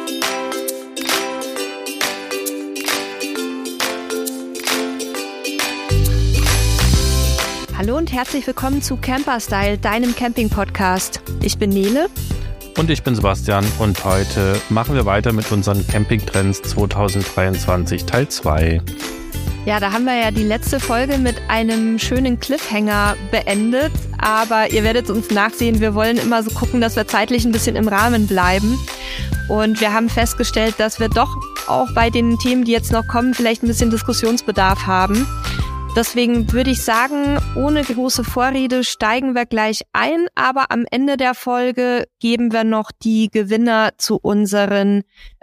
Hallo und herzlich willkommen zu Camperstyle, deinem Camping-Podcast. Ich bin Nele. Und ich bin Sebastian und heute machen wir weiter mit unseren Campingtrends 2023 Teil 2. Ja, da haben wir ja die letzte Folge mit einem schönen Cliffhanger beendet, aber ihr werdet uns nachsehen, wir wollen immer so gucken, dass wir zeitlich ein bisschen im Rahmen bleiben. Und wir haben festgestellt, dass wir doch auch bei den Themen, die jetzt noch kommen, vielleicht ein bisschen Diskussionsbedarf haben. Deswegen würde ich sagen, ohne große Vorrede steigen wir gleich ein, aber am Ende der Folge geben wir noch die Gewinner zu unserer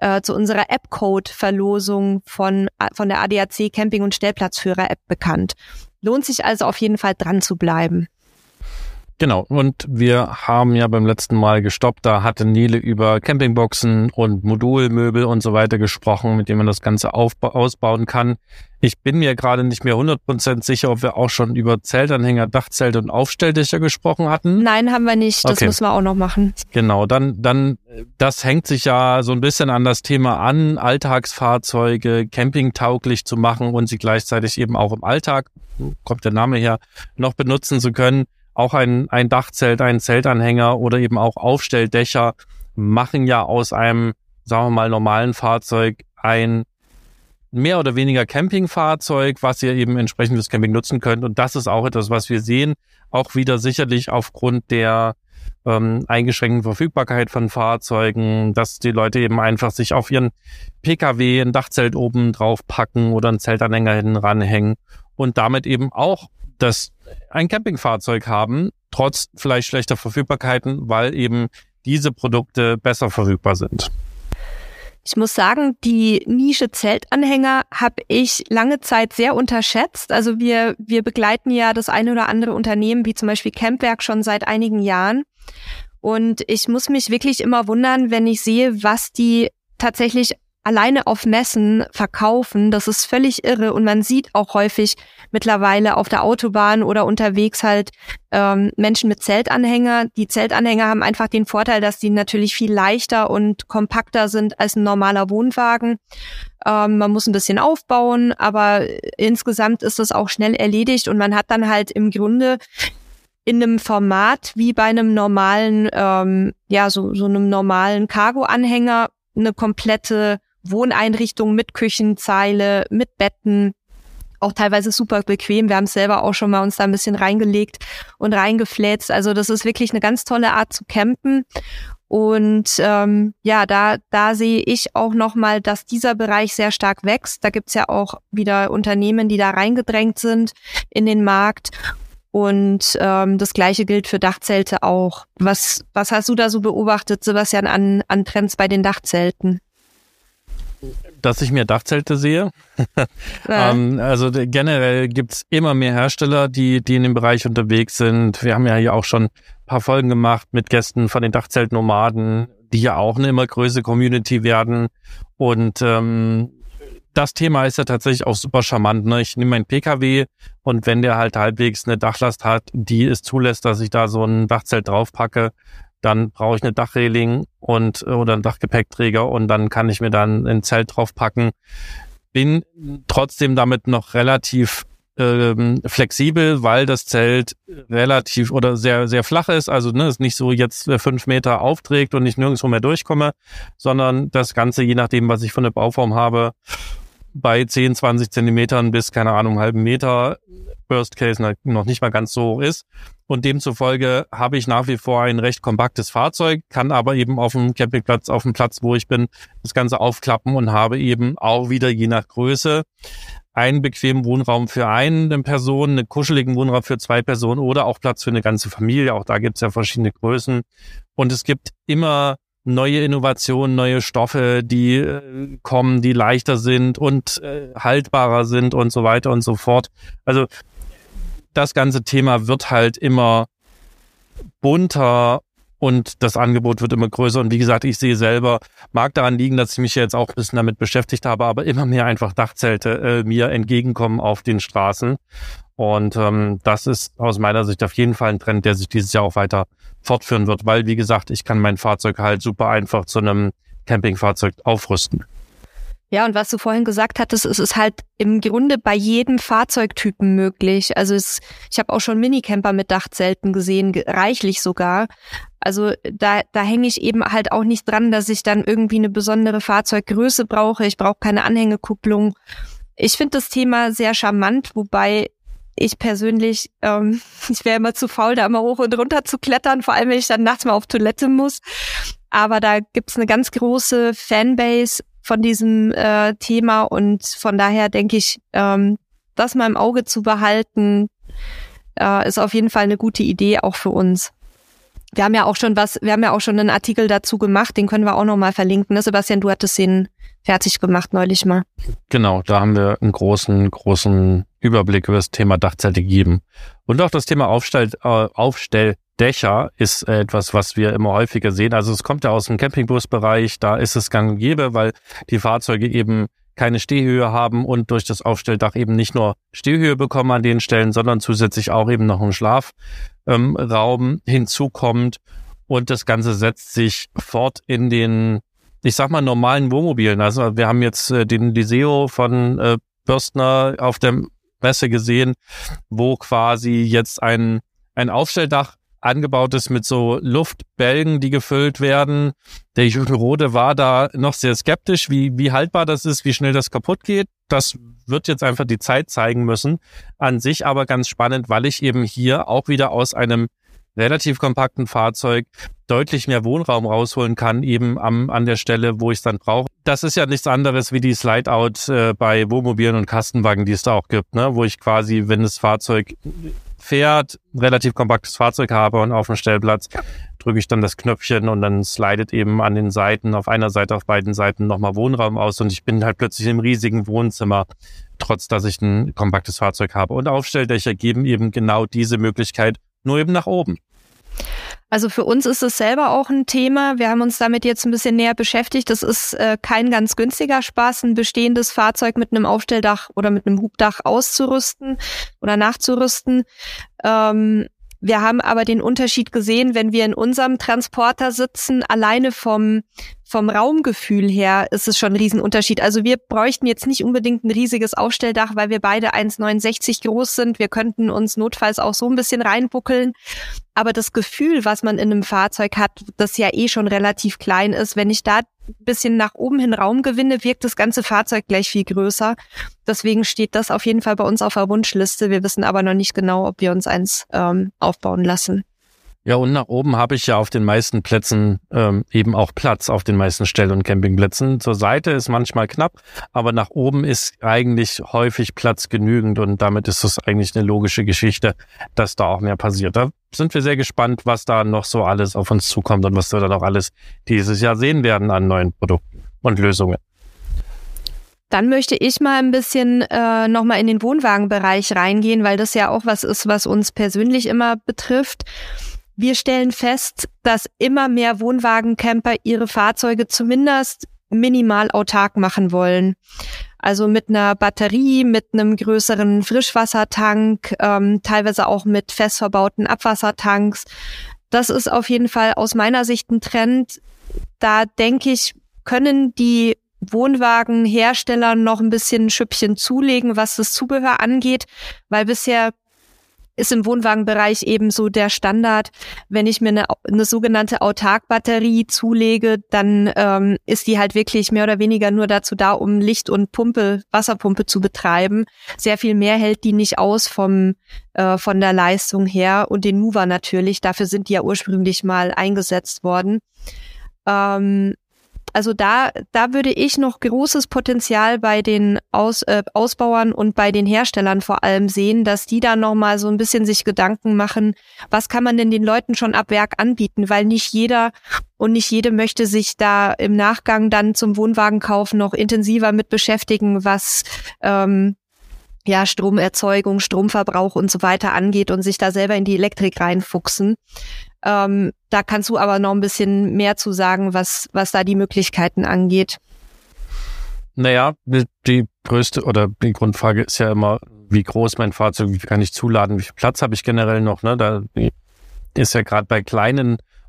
App-Code-Verlosung von der ADAC Camping- und Stellplatzführer-App bekannt. Lohnt sich also auf jeden Fall dran zu bleiben. Genau, und wir haben ja beim letzten Mal gestoppt, da hatte Nele über Campingboxen und Modulmöbel und so weiter gesprochen, mit denen man das Ganze ausbauen kann. Ich bin mir gerade nicht mehr 100% sicher, ob wir auch schon über Zeltanhänger, Dachzelte und Aufstelldächer gesprochen hatten. Nein, haben wir nicht, das müssen wir auch noch machen. Genau, dann das hängt sich ja so ein bisschen an das Thema an, Alltagsfahrzeuge campingtauglich zu machen und sie gleichzeitig eben auch im Alltag, kommt der Name her, noch benutzen zu können. Auch ein Dachzelt, ein Zeltanhänger oder eben auch Aufstelldächer machen ja aus einem, sagen wir mal, normalen Fahrzeug ein mehr oder weniger Campingfahrzeug, was ihr eben entsprechend fürs Camping nutzen könnt. Und das ist auch etwas, was wir sehen, auch wieder sicherlich aufgrund der eingeschränkten Verfügbarkeit von Fahrzeugen, dass die Leute eben einfach sich auf ihren PKW ein Dachzelt oben drauf packen oder einen Zeltanhänger hinten ranhängen und damit eben auch ein Campingfahrzeug haben, trotz vielleicht schlechter Verfügbarkeiten, weil eben diese Produkte besser verfügbar sind. Ich muss sagen, die Nische Zeltanhänger habe ich lange Zeit sehr unterschätzt. Also wir begleiten ja das eine oder andere Unternehmen, wie zum Beispiel Campwerk, schon seit einigen Jahren. Und ich muss mich wirklich immer wundern, wenn ich sehe, was die tatsächlich alleine auf Messen verkaufen. Das ist völlig irre und man sieht auch häufig mittlerweile auf der Autobahn oder unterwegs halt Menschen mit Zeltanhänger. Die Zeltanhänger haben einfach den Vorteil, dass die natürlich viel leichter und kompakter sind als ein normaler Wohnwagen. Man muss ein bisschen aufbauen, aber insgesamt ist das auch schnell erledigt und man hat dann halt im Grunde in einem Format wie bei einem normalen, so einem normalen Cargo-Anhänger eine komplette Wohneinrichtung mit Küchenzeile, mit Betten, auch teilweise super bequem. Wir haben es selber auch schon mal uns da ein bisschen reingelegt und reingefläzt. Also das ist wirklich eine ganz tolle Art zu campen. Und da sehe ich auch nochmal, dass dieser Bereich sehr stark wächst. Da gibt's ja auch wieder Unternehmen, die da reingedrängt sind in den Markt. Und das Gleiche gilt für Dachzelte auch. Was hast du da so beobachtet, Sebastian, an Trends bei den Dachzelten? Dass ich mir Dachzelte sehe. Ja. Also generell gibt's immer mehr Hersteller, die in dem Bereich unterwegs sind. Wir haben ja hier auch schon ein paar Folgen gemacht mit Gästen von den Dachzeltnomaden, die ja auch eine immer größere Community werden. Und das Thema ist ja tatsächlich auch super charmant. Ne? Ich nehme meinen PKW und wenn der halt halbwegs eine Dachlast hat, die es zulässt, dass ich da so ein Dachzelt draufpacke, dann brauche ich eine Dachreling oder einen Dachgepäckträger und dann kann ich mir dann ein Zelt draufpacken. Bin trotzdem damit noch relativ flexibel, weil das Zelt relativ oder sehr, sehr flach ist. Also ist nicht so jetzt 5 Meter aufträgt und ich nirgendwo mehr durchkomme, sondern das Ganze, je nachdem, was ich von der Bauform habe, bei 10, 20 Zentimetern bis, keine Ahnung, einen halben Meter, Worst Case noch nicht mal ganz so hoch ist. Und demzufolge habe ich nach wie vor ein recht kompaktes Fahrzeug, kann aber eben auf dem Campingplatz, auf dem Platz, wo ich bin, das Ganze aufklappen und habe eben auch wieder je nach Größe einen bequemen Wohnraum für eine Person, einen kuscheligen Wohnraum für 2 Personen oder auch Platz für eine ganze Familie. Auch da gibt es ja verschiedene Größen. Und es gibt immer neue Innovationen, neue Stoffe, die kommen, die leichter sind und haltbarer sind und so weiter und so fort. Also das ganze Thema wird halt immer bunter und das Angebot wird immer größer. Und wie gesagt, ich sehe selber, mag daran liegen, dass ich mich jetzt auch ein bisschen damit beschäftigt habe, aber immer mehr einfach Dachzelte mir entgegenkommen auf den Straßen. Und das ist aus meiner Sicht auf jeden Fall ein Trend, der sich dieses Jahr auch weiter fortführen wird, weil, wie gesagt, ich kann mein Fahrzeug halt super einfach zu einem Campingfahrzeug aufrüsten. Ja, und was du vorhin gesagt hattest, es ist halt im Grunde bei jedem Fahrzeugtypen möglich. Also ich habe auch schon Minicamper mit Dachzelten gesehen, reichlich sogar. Also da hänge ich eben halt auch nicht dran, dass ich dann irgendwie eine besondere Fahrzeuggröße brauche. Ich brauche keine Anhängekupplung. Ich finde das Thema sehr charmant, wobei ich persönlich, ich wäre immer zu faul, da immer hoch und runter zu klettern, vor allem wenn ich dann nachts mal auf Toilette muss. Aber da gibt's eine ganz große Fanbase von diesem Thema und von daher denke ich, das mal im Auge zu behalten, ist auf jeden Fall eine gute Idee auch für uns. Wir haben ja auch schon einen Artikel dazu gemacht, den können wir auch nochmal verlinken. Ne? Sebastian, du hattest den fertig gemacht neulich mal. Genau, da haben wir einen großen Überblick über das Thema Dachzelte gegeben. Und auch das Thema Aufstelldächer ist etwas, was wir immer häufiger sehen. Also es kommt ja aus dem Campingbusbereich, da ist es gang und gäbe, weil die Fahrzeuge eben keine Stehhöhe haben und durch das Aufstelldach eben nicht nur Stehhöhe bekommen an den Stellen, sondern zusätzlich auch eben noch ein Schlafraum hinzukommt. Und das Ganze setzt sich fort in den, ich sag mal, normalen Wohnmobilen. Also wir haben jetzt den Liseo von Bürstner auf der Messe gesehen, wo quasi jetzt ein Aufstelldach angebaut ist mit so Luftbälgen, die gefüllt werden. Der Rode war da noch sehr skeptisch, wie haltbar das ist, wie schnell das kaputt geht. Das wird jetzt einfach die Zeit zeigen müssen. An sich aber ganz spannend, weil ich eben hier auch wieder aus einem relativ kompakten Fahrzeug deutlich mehr Wohnraum rausholen kann, eben an der Stelle, wo ich es dann brauche. Das ist ja nichts anderes wie die Slide-Out bei Wohnmobilen und Kastenwagen, die es da auch gibt, ne? Wo ich quasi, wenn das Fahrzeug fährt, ein relativ kompaktes Fahrzeug habe und auf dem Stellplatz drücke ich dann das Knöpfchen und dann slidet eben an den Seiten, auf einer Seite, auf beiden Seiten nochmal Wohnraum aus und ich bin halt plötzlich im riesigen Wohnzimmer, trotz dass ich ein kompaktes Fahrzeug habe. Und Aufstelldächer geben eben genau diese Möglichkeit, nur eben nach oben. Also für uns ist es selber auch ein Thema. Wir haben uns damit jetzt ein bisschen näher beschäftigt. Das ist kein ganz günstiger Spaß, ein bestehendes Fahrzeug mit einem Aufstelldach oder mit einem Hubdach auszurüsten oder nachzurüsten. Wir haben aber den Unterschied gesehen, wenn wir in unserem Transporter sitzen, alleine vom Raumgefühl her ist es schon ein Riesenunterschied. Also wir bräuchten jetzt nicht unbedingt ein riesiges Aufstelldach, weil wir beide 1,69 groß sind. Wir könnten uns notfalls auch so ein bisschen reinbuckeln. Aber das Gefühl, was man in einem Fahrzeug hat, das ja eh schon relativ klein ist, wenn ich da ein bisschen nach oben hin Raum gewinne, wirkt das ganze Fahrzeug gleich viel größer. Deswegen steht das auf jeden Fall bei uns auf der Wunschliste. Wir wissen aber noch nicht genau, ob wir uns eins aufbauen lassen. Ja, und nach oben habe ich ja auf den meisten Plätzen eben auch Platz, auf den meisten Stell- und Campingplätzen. Zur Seite ist manchmal knapp, aber nach oben ist eigentlich häufig Platz genügend und damit ist es eigentlich eine logische Geschichte, dass da auch mehr passiert. Da sind wir sehr gespannt, was da noch so alles auf uns zukommt und was wir dann auch alles dieses Jahr sehen werden an neuen Produkten und Lösungen. Dann möchte ich mal ein bisschen nochmal in den Wohnwagenbereich reingehen, weil das ja auch was ist, was uns persönlich immer betrifft. Wir stellen fest, dass immer mehr Wohnwagencamper ihre Fahrzeuge zumindest minimal autark machen wollen. Also mit einer Batterie, mit einem größeren Frischwassertank, teilweise auch mit fest verbauten Abwassertanks. Das ist auf jeden Fall aus meiner Sicht ein Trend. Da denke ich, können die Wohnwagenhersteller noch ein bisschen ein Schüppchen zulegen, was das Zubehör angeht, weil bisher ist im Wohnwagenbereich eben so der Standard, wenn ich mir eine sogenannte Autark-Batterie zulege, dann ist die halt wirklich mehr oder weniger nur dazu da, um Licht und Wasserpumpe zu betreiben. Sehr viel mehr hält die nicht aus von der Leistung her und den Mover natürlich. Dafür sind die ja ursprünglich mal eingesetzt worden. Also da würde ich noch großes Potenzial bei den Ausbauern und bei den Herstellern vor allem sehen, dass die da nochmal so ein bisschen sich Gedanken machen, was kann man denn den Leuten schon ab Werk anbieten, weil nicht jeder und nicht jede möchte sich da im Nachgang dann zum Wohnwagenkauf noch intensiver mit beschäftigen, was Stromerzeugung, Stromverbrauch und so weiter angeht und sich da selber in die Elektrik reinfuchsen. Da kannst du aber noch ein bisschen mehr zu sagen, was da die Möglichkeiten angeht. Naja, die größte oder die Grundfrage ist ja immer, wie groß mein Fahrzeug, wie viel kann ich zuladen, wie viel Platz habe ich generell noch, ne? Da ist ja gerade bei kleinen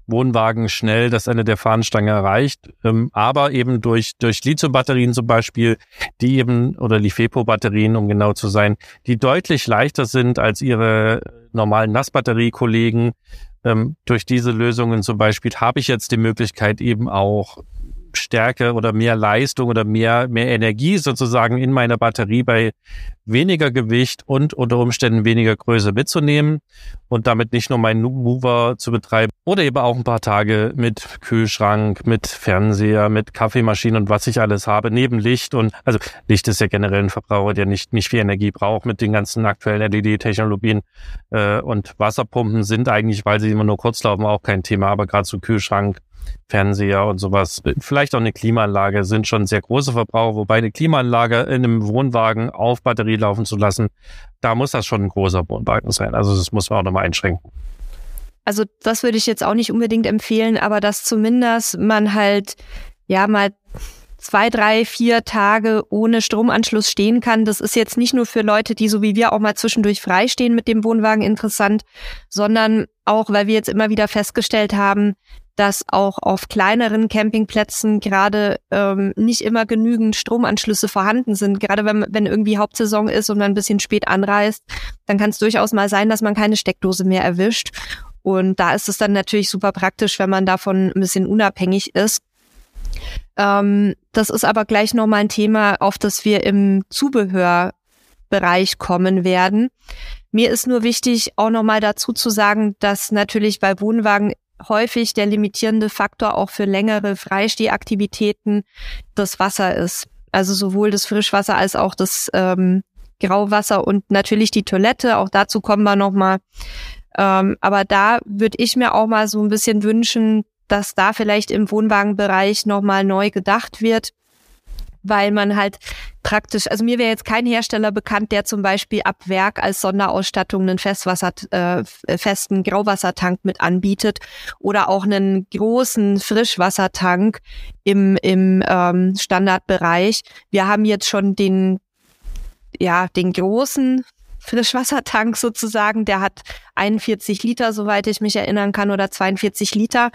Wohnwagen schnell das Ende der Fahnenstange erreicht, aber eben durch Lithium-Batterien zum Beispiel, die eben, oder LiFePO-Batterien, um genau zu sein, die deutlich leichter sind als ihre normalen Nassbatteriekollegen. Durch diese Lösungen zum Beispiel habe ich jetzt die Möglichkeit eben auch Stärke oder mehr Leistung oder mehr Energie sozusagen in meiner Batterie bei weniger Gewicht und unter Umständen weniger Größe mitzunehmen und damit nicht nur meinen Mover zu betreiben oder eben auch ein paar Tage mit Kühlschrank, mit Fernseher, mit Kaffeemaschine und was ich alles habe, neben Licht. Und also Licht ist ja generell ein Verbraucher, der nicht viel Energie braucht mit den ganzen aktuellen LED-Technologien, und Wasserpumpen sind eigentlich, weil sie immer nur kurz laufen, auch kein Thema, aber gerade so Kühlschrank, Fernseher und sowas, vielleicht auch eine Klimaanlage sind schon sehr große Verbraucher, wobei eine Klimaanlage in einem Wohnwagen auf Batterie laufen zu lassen, da muss das schon ein großer Wohnwagen sein. Also das muss man auch nochmal einschränken. Also das würde ich jetzt auch nicht unbedingt empfehlen, aber dass zumindest man halt mal 2, 3, 4 Tage ohne Stromanschluss stehen kann. Das ist jetzt nicht nur für Leute, die so wie wir auch mal zwischendurch freistehen mit dem Wohnwagen interessant, sondern auch, weil wir jetzt immer wieder festgestellt haben, dass auch auf kleineren Campingplätzen gerade nicht immer genügend Stromanschlüsse vorhanden sind. Gerade wenn irgendwie Hauptsaison ist und man ein bisschen spät anreist, dann kann es durchaus mal sein, dass man keine Steckdose mehr erwischt. Und da ist es dann natürlich super praktisch, wenn man davon ein bisschen unabhängig ist. Das ist aber gleich nochmal ein Thema, auf das wir im Zubehörbereich kommen werden. Mir ist nur wichtig, auch nochmal dazu zu sagen, dass natürlich bei Wohnwagen häufig der limitierende Faktor auch für längere Freistehaktivitäten das Wasser ist. Also sowohl das Frischwasser als auch das Grauwasser und natürlich die Toilette. Auch dazu kommen wir nochmal. Aber da würde ich mir auch mal so ein bisschen wünschen, dass da vielleicht im Wohnwagenbereich nochmal neu gedacht wird, weil man halt praktisch, also mir wäre jetzt kein Hersteller bekannt, der zum Beispiel ab Werk als Sonderausstattung einen festen Grauwassertank mit anbietet oder auch einen großen Frischwassertank im Standardbereich. Wir haben jetzt schon den großen Frischwassertank sozusagen, der hat 41 Liter, soweit ich mich erinnern kann, oder 42 Liter.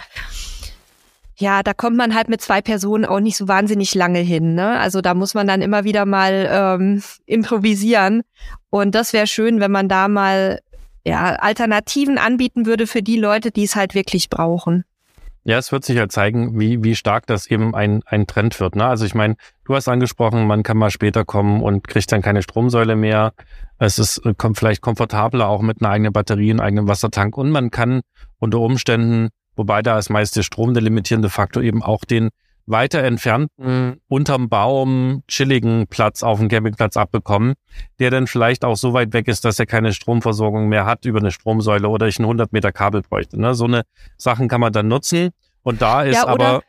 Ja, da kommt man halt mit 2 Personen auch nicht so wahnsinnig lange hin, ne? Also da muss man dann immer wieder mal improvisieren. Und das wäre schön, wenn man da mal Alternativen anbieten würde für die Leute, die es halt wirklich brauchen. Ja, es wird sich halt zeigen, wie stark das eben ein Trend wird, ne? Also ich meine, du hast angesprochen, man kann mal später kommen und kriegt dann keine Stromsäule mehr. Kommt vielleicht komfortabler auch mit einer eigenen Batterie, einem eigenen Wassertank und man kann unter Umständen, wobei da ist meist der Strom der limitierende Faktor, eben auch den weiter entfernten, unterm Baum chilligen Platz auf dem Campingplatz abbekommen, der dann vielleicht auch so weit weg ist, dass er keine Stromversorgung mehr hat über eine Stromsäule oder ich ein 100 Meter Kabel bräuchte. Ne? So eine Sachen kann man dann nutzen und da ist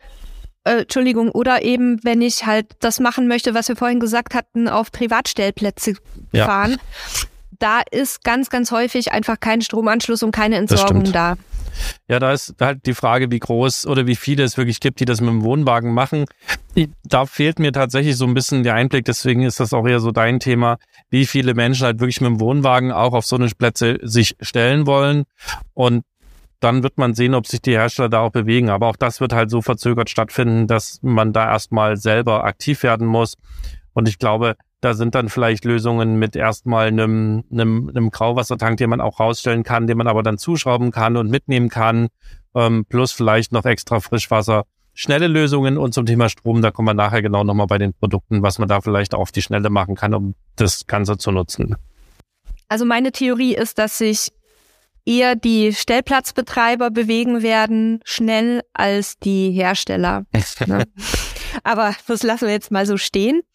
oder eben, wenn ich halt das machen möchte, was wir vorhin gesagt hatten, auf Privatstellplätze fahren, da ist ganz, ganz häufig einfach kein Stromanschluss und keine Entsorgung da. Ja, da ist halt die Frage, wie groß oder wie viele es wirklich gibt, die das mit dem Wohnwagen machen. Da fehlt mir tatsächlich so ein bisschen der Einblick, deswegen ist das auch eher so dein Thema, wie viele Menschen halt wirklich mit dem Wohnwagen auch auf so eine Plätze sich stellen wollen. Und dann wird man sehen, ob sich die Hersteller da auch bewegen. Aber auch das wird halt so verzögert stattfinden, dass man da erstmal selber aktiv werden muss. Und ich glaube, da sind dann vielleicht Lösungen mit erstmal einem Grauwassertank, den man auch rausstellen kann, den man aber dann zuschrauben kann und mitnehmen kann, plus vielleicht noch extra Frischwasser. Schnelle Lösungen und zum Thema Strom, da kommen wir nachher genau nochmal bei den Produkten, was man da vielleicht auf die Schnelle machen kann, um das Ganze zu nutzen. Also meine Theorie ist, dass sich eher die Stellplatzbetreiber bewegen werden, schnell, als die Hersteller. Ne? Aber das lassen wir jetzt mal so stehen.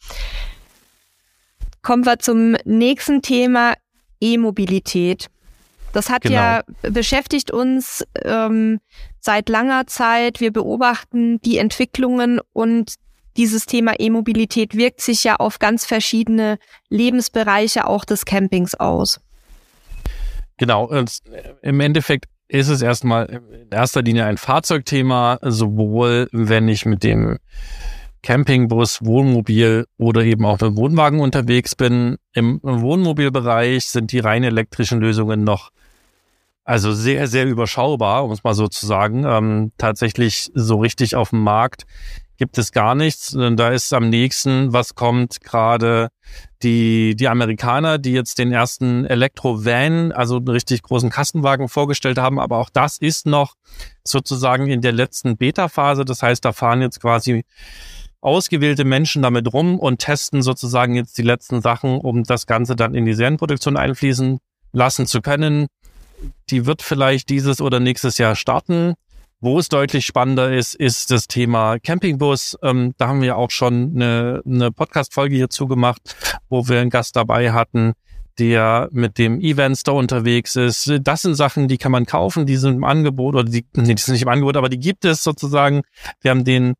Kommen wir zum nächsten Thema, E-Mobilität. Das hat beschäftigt uns seit langer Zeit. Wir beobachten die Entwicklungen und dieses Thema E-Mobilität wirkt sich ja auf ganz verschiedene Lebensbereiche auch des Campings aus. Genau, und im Endeffekt ist es erstmal in erster Linie ein Fahrzeugthema, sowohl wenn ich mit dem Campingbus, Wohnmobil oder eben auch mit Wohnwagen unterwegs bin. Im Wohnmobilbereich sind die rein elektrischen Lösungen noch Also sehr, sehr überschaubar, um es mal so zu sagen. Tatsächlich so richtig auf dem Markt gibt es gar nichts. Da ist am nächsten, was kommt, gerade die Amerikaner, die jetzt den ersten Elektro-Van, also einen richtig großen Kastenwagen vorgestellt haben. Aber auch das ist noch sozusagen in der letzten Beta-Phase. Das heißt, da fahren jetzt quasi ausgewählte Menschen damit rum und testen sozusagen jetzt die letzten Sachen, um das Ganze dann in die Serienproduktion einfließen lassen zu können. Die wird vielleicht dieses oder nächstes Jahr starten. Wo es deutlich spannender ist das Thema Campingbus. Da haben wir auch schon eine Podcast-Folge hierzu gemacht, wo wir einen Gast dabei hatten, der mit dem Events unterwegs ist. Das sind Sachen, die kann man kaufen, die sind im Angebot, oder die sind nicht im Angebot, aber die gibt es sozusagen. Wir haben den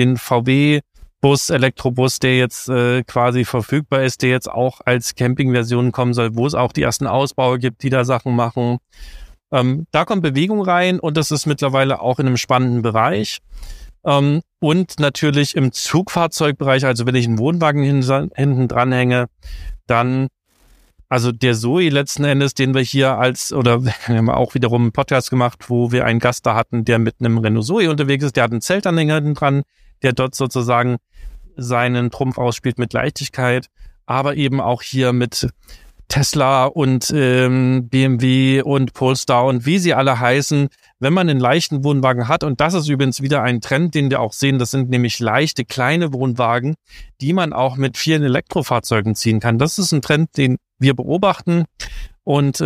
VW-Bus, Elektrobus, der jetzt quasi verfügbar ist, der jetzt auch als Camping-Version kommen soll, wo es auch die ersten Ausbauer gibt, die da Sachen machen. Da kommt Bewegung rein und das ist mittlerweile auch in einem spannenden Bereich. Und natürlich im Zugfahrzeugbereich, also wenn ich einen Wohnwagen hinten dran hänge, dann, also der Zoe letzten Endes, den wir hier wir haben auch wiederum einen Podcast gemacht, wo wir einen Gast da hatten, der mit einem Renault Zoe unterwegs ist, der hat einen Zeltanhänger hinten dran, der dort sozusagen seinen Trumpf ausspielt mit Leichtigkeit, aber eben auch hier mit Tesla und BMW und Polestar und wie sie alle heißen, wenn man einen leichten Wohnwagen hat, und das ist übrigens wieder ein Trend, den wir auch sehen, das sind nämlich leichte, kleine Wohnwagen, die man auch mit vielen Elektrofahrzeugen ziehen kann. Das ist ein Trend, den wir beobachten, und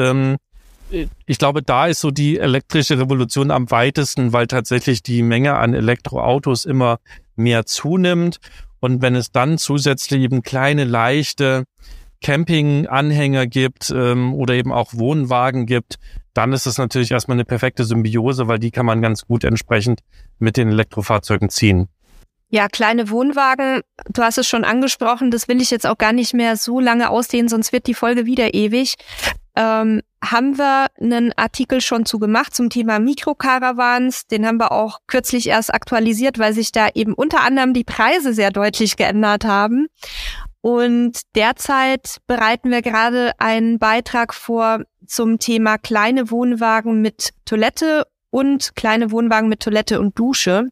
ich glaube, da ist so die elektrische Revolution am weitesten, weil tatsächlich die Menge an Elektroautos immer mehr zunimmt, und wenn es dann zusätzlich eben kleine, leichte Camping-Anhänger gibt oder eben auch Wohnwagen gibt, dann ist es natürlich erstmal eine perfekte Symbiose, weil die kann man ganz gut entsprechend mit den Elektrofahrzeugen ziehen. Ja, kleine Wohnwagen, du hast es schon angesprochen, das will ich jetzt auch gar nicht mehr so lange ausdehnen, sonst wird die Folge wieder ewig. Haben wir einen Artikel schon zu gemacht zum Thema Mikrocaravans, den haben wir auch kürzlich erst aktualisiert, weil sich da eben unter anderem die Preise sehr deutlich geändert haben. Und derzeit bereiten wir gerade einen Beitrag vor zum Thema kleine Wohnwagen mit Toilette und kleine Wohnwagen mit Toilette und Dusche,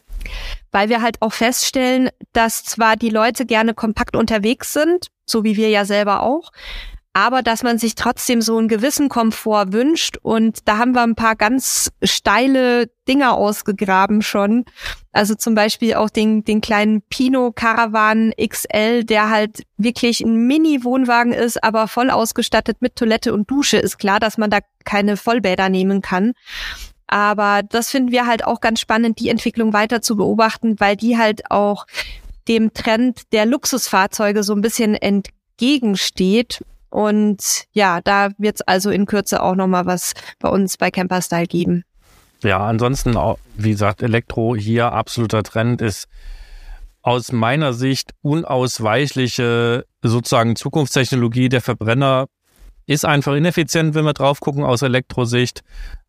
weil wir halt auch feststellen, dass zwar die Leute gerne kompakt unterwegs sind, so wie wir ja selber auch, aber dass man sich trotzdem so einen gewissen Komfort wünscht, und da haben wir ein paar ganz steile Dinger ausgegraben schon. Also zum Beispiel auch den kleinen Pino Caravan XL, der halt wirklich ein Mini-Wohnwagen ist, aber voll ausgestattet mit Toilette und Dusche. Ist klar, dass man da keine Vollbäder nehmen kann. Aber das finden wir halt auch ganz spannend, die Entwicklung weiter zu beobachten, weil die halt auch dem Trend der Luxusfahrzeuge so ein bisschen entgegensteht. Und ja, da wird es also in Kürze auch nochmal was bei uns bei Camperstyle geben. Ja, ansonsten, wie gesagt, Elektro hier absoluter Trend, ist aus meiner Sicht unausweichliche sozusagen Zukunftstechnologie. Der Verbrenner ist einfach ineffizient, wenn wir drauf gucken aus Elektrosicht.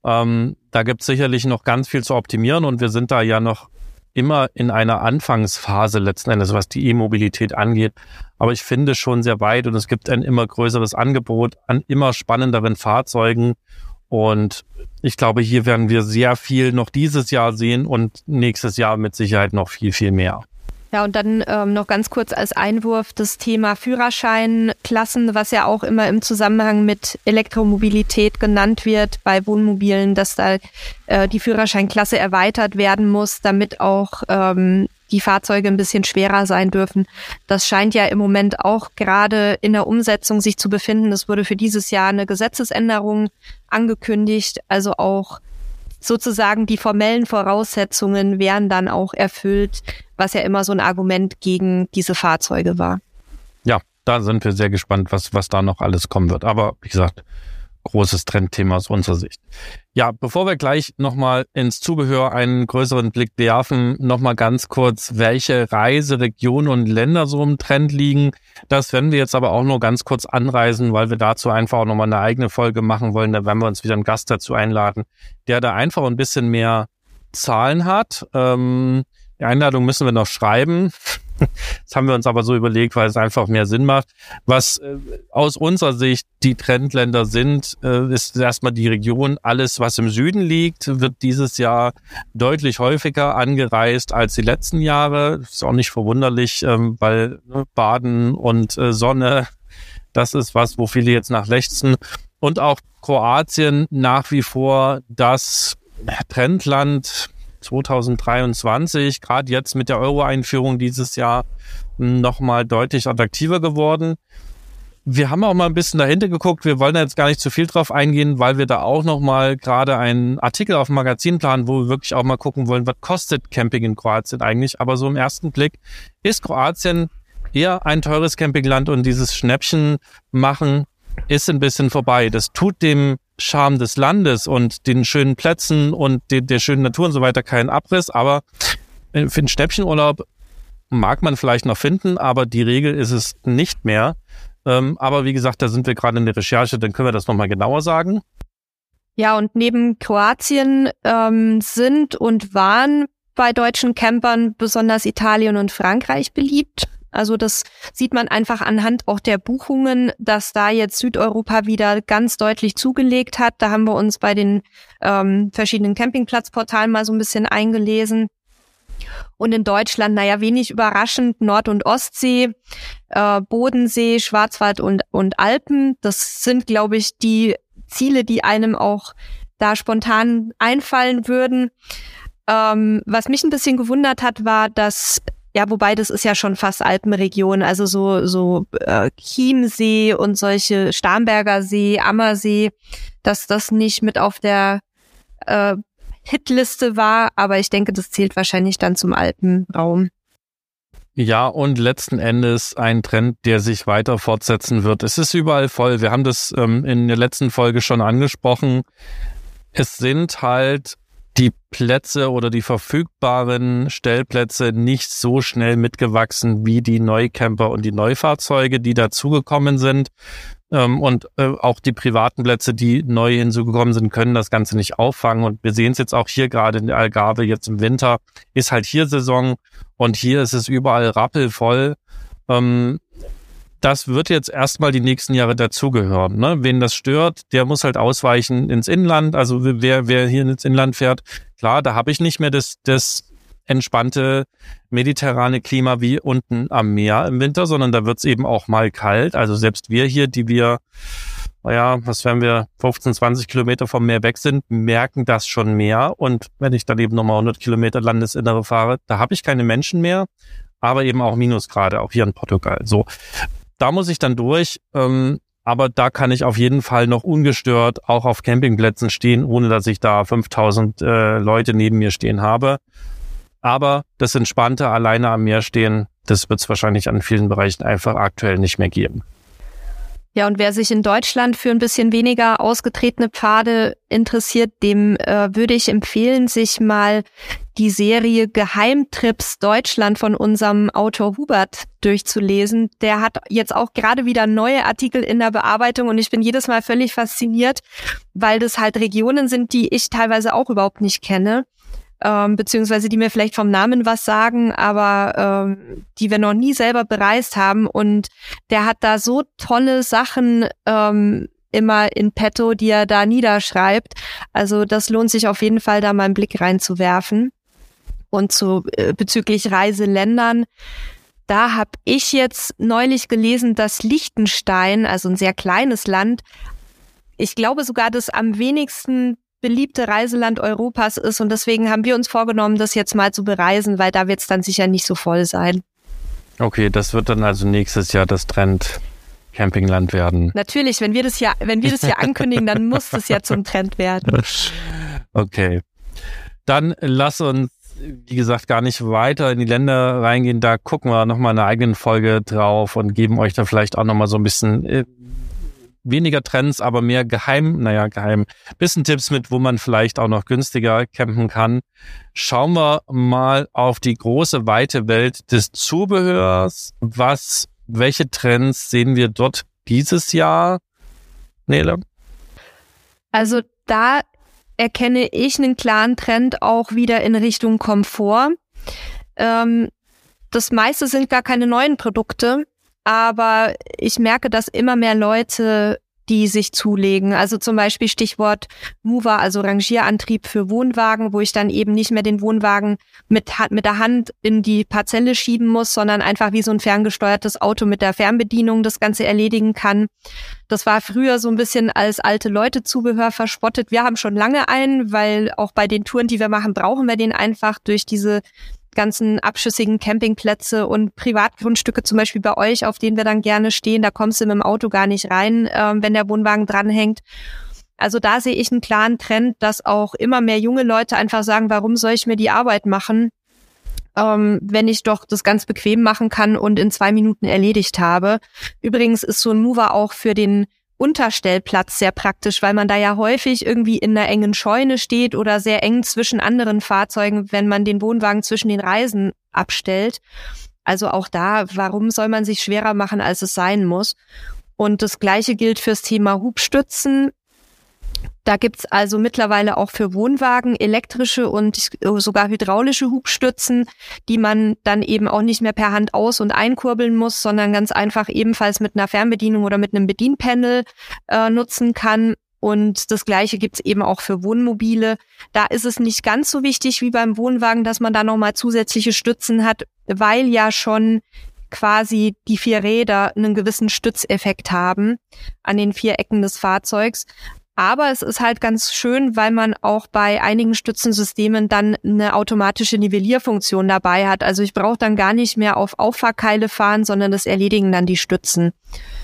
Da gibt es sicherlich noch ganz viel zu optimieren, und wir sind da ja noch immer in einer Anfangsphase letzten Endes, was die E-Mobilität angeht. Aber ich finde schon sehr weit, und es gibt ein immer größeres Angebot an immer spannenderen Fahrzeugen. Und ich glaube, hier werden wir sehr viel noch dieses Jahr sehen und nächstes Jahr mit Sicherheit noch viel, viel mehr. Ja, und dann noch ganz kurz als Einwurf das Thema Führerscheinklassen, was ja auch immer im Zusammenhang mit Elektromobilität genannt wird bei Wohnmobilen, dass da die Führerscheinklasse erweitert werden muss, damit auch die Fahrzeuge ein bisschen schwerer sein dürfen. Das scheint ja im Moment auch gerade in der Umsetzung sich zu befinden. Es wurde für dieses Jahr eine Gesetzesänderung angekündigt, also auch sozusagen die formellen Voraussetzungen wären dann auch erfüllt, was ja immer so ein Argument gegen diese Fahrzeuge war. Ja, da sind wir sehr gespannt, was da noch alles kommen wird. Aber wie gesagt, großes Trendthema aus unserer Sicht. Ja, bevor wir gleich nochmal ins Zubehör einen größeren Blick werfen, nochmal ganz kurz, welche Reiseregionen und Länder so im Trend liegen. Das werden wir jetzt aber auch nur ganz kurz anreißen, weil wir dazu einfach auch nochmal eine eigene Folge machen wollen. Da werden wir uns wieder einen Gast dazu einladen, der da einfach ein bisschen mehr Zahlen hat. Die Einladung müssen wir noch schreiben. Das haben wir uns aber so überlegt, weil es einfach mehr Sinn macht. Was aus unserer Sicht die Trendländer sind, ist erstmal die Region. Alles, was im Süden liegt, wird dieses Jahr deutlich häufiger angereist als die letzten Jahre. Ist auch nicht verwunderlich, weil Baden und Sonne, das ist was, wo viele jetzt nach lechzen. Und auch Kroatien nach wie vor das Trendland 2023, gerade jetzt mit der Euro-Einführung dieses Jahr nochmal deutlich attraktiver geworden. Wir haben auch mal ein bisschen dahinter geguckt. Wir wollen da jetzt gar nicht zu viel drauf eingehen, weil wir da auch nochmal gerade einen Artikel auf dem Magazin planen, wo wir wirklich auch mal gucken wollen, was kostet Camping in Kroatien eigentlich. Aber so im ersten Blick ist Kroatien eher ein teures Campingland und dieses Schnäppchen machen ist ein bisschen vorbei. Das tut dem Charme des Landes und den schönen Plätzen und der schönen Natur und so weiter keinen Abriss, aber für einen Schnäppchenurlaub mag man vielleicht noch finden, aber die Regel ist es nicht mehr. Aber wie gesagt, da sind wir gerade in der Recherche, dann können wir das nochmal genauer sagen. Ja, und neben Kroatien sind und waren bei deutschen Campern besonders Italien und Frankreich beliebt. Also das sieht man einfach anhand auch der Buchungen, dass da jetzt Südeuropa wieder ganz deutlich zugelegt hat. Da haben wir uns bei den verschiedenen Campingplatzportalen mal so ein bisschen eingelesen. Und in Deutschland, wenig überraschend, Nord- und Ostsee, Bodensee, Schwarzwald und Alpen. Das sind, glaube ich, die Ziele, die einem auch da spontan einfallen würden. Was mich ein bisschen gewundert hat, war, dass wobei das ist ja schon fast Alpenregion, also so Chiemsee und solche Starnberger See, Ammersee, dass das nicht mit auf der Hitliste war, aber ich denke, das zählt wahrscheinlich dann zum Alpenraum. Ja, und letzten Endes ein Trend, der sich weiter fortsetzen wird. Es ist überall voll. Wir haben das in der letzten Folge schon angesprochen. Es sind halt die Plätze oder die verfügbaren Stellplätze nicht so schnell mitgewachsen wie die Neucamper und die Neufahrzeuge, die dazugekommen sind. Und auch die privaten Plätze, die neu hinzugekommen sind, können das Ganze nicht auffangen. Und wir sehen es jetzt auch hier gerade in der Algarve, jetzt im Winter ist halt hier Saison und hier ist es überall rappelvoll. Das wird jetzt erstmal die nächsten Jahre dazugehören. Ne? Wen das stört, der muss halt ausweichen ins Inland. Also wer hier ins Inland fährt, klar, da habe ich nicht mehr das entspannte mediterrane Klima wie unten am Meer im Winter, sondern da wird es eben auch mal kalt. Also selbst wir hier, die wir, 15, 20 Kilometer vom Meer weg sind, merken das schon mehr. Und wenn ich dann eben nochmal 100 Kilometer Landesinnere fahre, da habe ich keine Menschen mehr, aber eben auch Minusgrade, auch hier in Portugal. So, da muss ich dann durch, aber da kann ich auf jeden Fall noch ungestört auch auf Campingplätzen stehen, ohne dass ich da 5000 Leute neben mir stehen habe. Aber das entspannte alleine am Meer stehen, das wird es wahrscheinlich an vielen Bereichen einfach aktuell nicht mehr geben. Ja, und wer sich in Deutschland für ein bisschen weniger ausgetretene Pfade interessiert, dem würde ich empfehlen, sich mal die Serie Geheimtrips Deutschland von unserem Autor Hubert durchzulesen. Der hat jetzt auch gerade wieder neue Artikel in der Bearbeitung und ich bin jedes Mal völlig fasziniert, weil das halt Regionen sind, die ich teilweise auch überhaupt nicht kenne. Beziehungsweise die mir vielleicht vom Namen was sagen, aber die wir noch nie selber bereist haben. Und der hat da so tolle Sachen immer in petto, die er da niederschreibt. Also das lohnt sich auf jeden Fall, da mal einen Blick reinzuwerfen. Und bezüglich Reiseländern, da habe ich jetzt neulich gelesen, dass Liechtenstein, also ein sehr kleines Land, ich glaube sogar das am wenigsten beliebte Reiseland Europas ist und deswegen haben wir uns vorgenommen, das jetzt mal zu bereisen, weil da wird es dann sicher nicht so voll sein. Okay, das wird dann also nächstes Jahr das Trend-Campingland werden. Natürlich, wenn wir das ja ankündigen, dann muss das ja zum Trend werden. Okay, dann lass uns, wie gesagt, gar nicht weiter in die Länder reingehen. Da gucken wir nochmal in einer eigenen Folge drauf und geben euch da vielleicht auch nochmal so ein bisschen weniger Trends, aber mehr bisschen Tipps mit, wo man vielleicht auch noch günstiger campen kann. Schauen wir mal auf die große, weite Welt des Zubehörs. Welche Trends sehen wir dort dieses Jahr, Nele? Also da erkenne ich einen klaren Trend auch wieder in Richtung Komfort. das meiste sind gar keine neuen Produkte, aber ich merke, dass immer mehr Leute die sich zulegen. Also zum Beispiel Stichwort Mover, also Rangierantrieb für Wohnwagen, wo ich dann eben nicht mehr den Wohnwagen mit der Hand in die Parzelle schieben muss, sondern einfach wie so ein ferngesteuertes Auto mit der Fernbedienung das Ganze erledigen kann. Das war früher so ein bisschen als alte Leute-Zubehör verspottet. Wir haben schon lange einen, weil auch bei den Touren, die wir machen, brauchen wir den einfach durch diese ganzen abschüssigen Campingplätze und Privatgrundstücke zum Beispiel bei euch, auf denen wir dann gerne stehen. Da kommst du mit dem Auto gar nicht rein, wenn der Wohnwagen dranhängt. Also da sehe ich einen klaren Trend, dass auch immer mehr junge Leute einfach sagen, warum soll ich mir die Arbeit machen, wenn ich doch das ganz bequem machen kann und in 2 Minuten erledigt habe. Übrigens ist so ein Mover auch für den Unterstellplatz sehr praktisch, weil man da ja häufig irgendwie in einer engen Scheune steht oder sehr eng zwischen anderen Fahrzeugen, wenn man den Wohnwagen zwischen den Reisen abstellt. Also auch da, warum soll man sich schwerer machen, als es sein muss? Und das Gleiche gilt fürs Thema Hubstützen. Da gibt's also mittlerweile auch für Wohnwagen elektrische und sogar hydraulische Hubstützen, die man dann eben auch nicht mehr per Hand aus- und einkurbeln muss, sondern ganz einfach ebenfalls mit einer Fernbedienung oder mit einem Bedienpanel nutzen kann. Und das Gleiche gibt's eben auch für Wohnmobile. Da ist es nicht ganz so wichtig wie beim Wohnwagen, dass man da nochmal zusätzliche Stützen hat, weil ja schon quasi die 4 Räder einen gewissen Stützeffekt haben an den 4 Ecken des Fahrzeugs. Aber es ist halt ganz schön, weil man auch bei einigen Stützensystemen dann eine automatische Nivellierfunktion dabei hat. Also ich brauche dann gar nicht mehr auf Auffahrkeile fahren, sondern das erledigen dann die Stützen.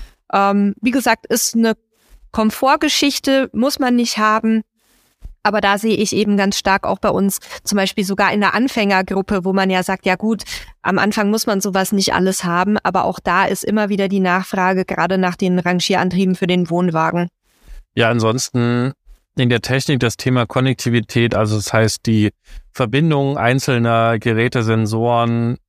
Wie gesagt, ist eine Komfortgeschichte, muss man nicht haben. Aber da sehe ich eben ganz stark auch bei uns, zum Beispiel sogar in der Anfängergruppe, wo man ja sagt, ja gut, am Anfang muss man sowas nicht alles haben. Aber auch da ist immer wieder die Nachfrage, gerade nach den Rangierantrieben für den Wohnwagen. Ja, ansonsten in der Technik das Thema Konnektivität, also das heißt die Verbindung einzelner Geräte, Sensoren,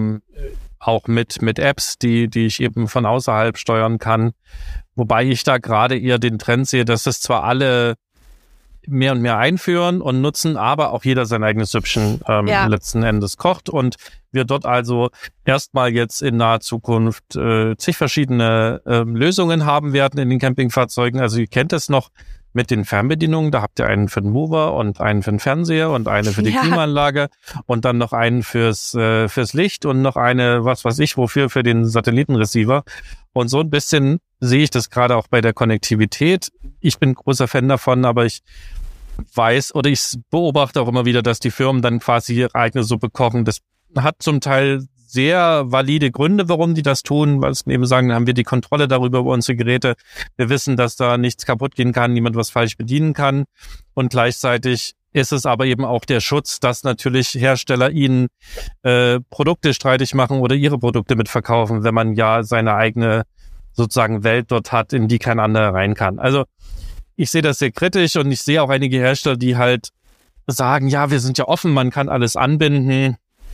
auch mit Apps, die ich eben von außerhalb steuern kann. Wobei ich da gerade eher den Trend sehe, dass das zwar alle mehr und mehr einführen und nutzen, aber auch jeder sein eigenes Süppchen letzten Endes kocht und wir dort also erstmal jetzt in naher Zukunft zig verschiedene Lösungen haben werden in den Campingfahrzeugen. Also ihr kennt es noch mit den Fernbedienungen, da habt ihr einen für den Mover und einen für den Fernseher und eine für die Klimaanlage und dann noch einen fürs Licht und noch eine, was weiß ich, wofür, für den Satellitenreceiver. Und so ein bisschen sehe ich das gerade auch bei der Konnektivität. Ich bin großer Fan davon, aber ich weiß oder ich beobachte auch immer wieder, dass die Firmen dann quasi ihre eigene Suppe kochen. Das hat zum Teil sehr valide Gründe, warum die das tun, weil sie eben sagen, dann haben wir die Kontrolle darüber über unsere Geräte. Wir wissen, dass da nichts kaputt gehen kann, niemand was falsch bedienen kann. Und gleichzeitig ist es aber eben auch der Schutz, dass natürlich Hersteller ihnen Produkte streitig machen oder ihre Produkte mitverkaufen, wenn man ja seine eigene sozusagen Welt dort hat, in die kein anderer rein kann. Also ich sehe das sehr kritisch und ich sehe auch einige Hersteller, die halt sagen, ja, wir sind ja offen, man kann alles anbinden.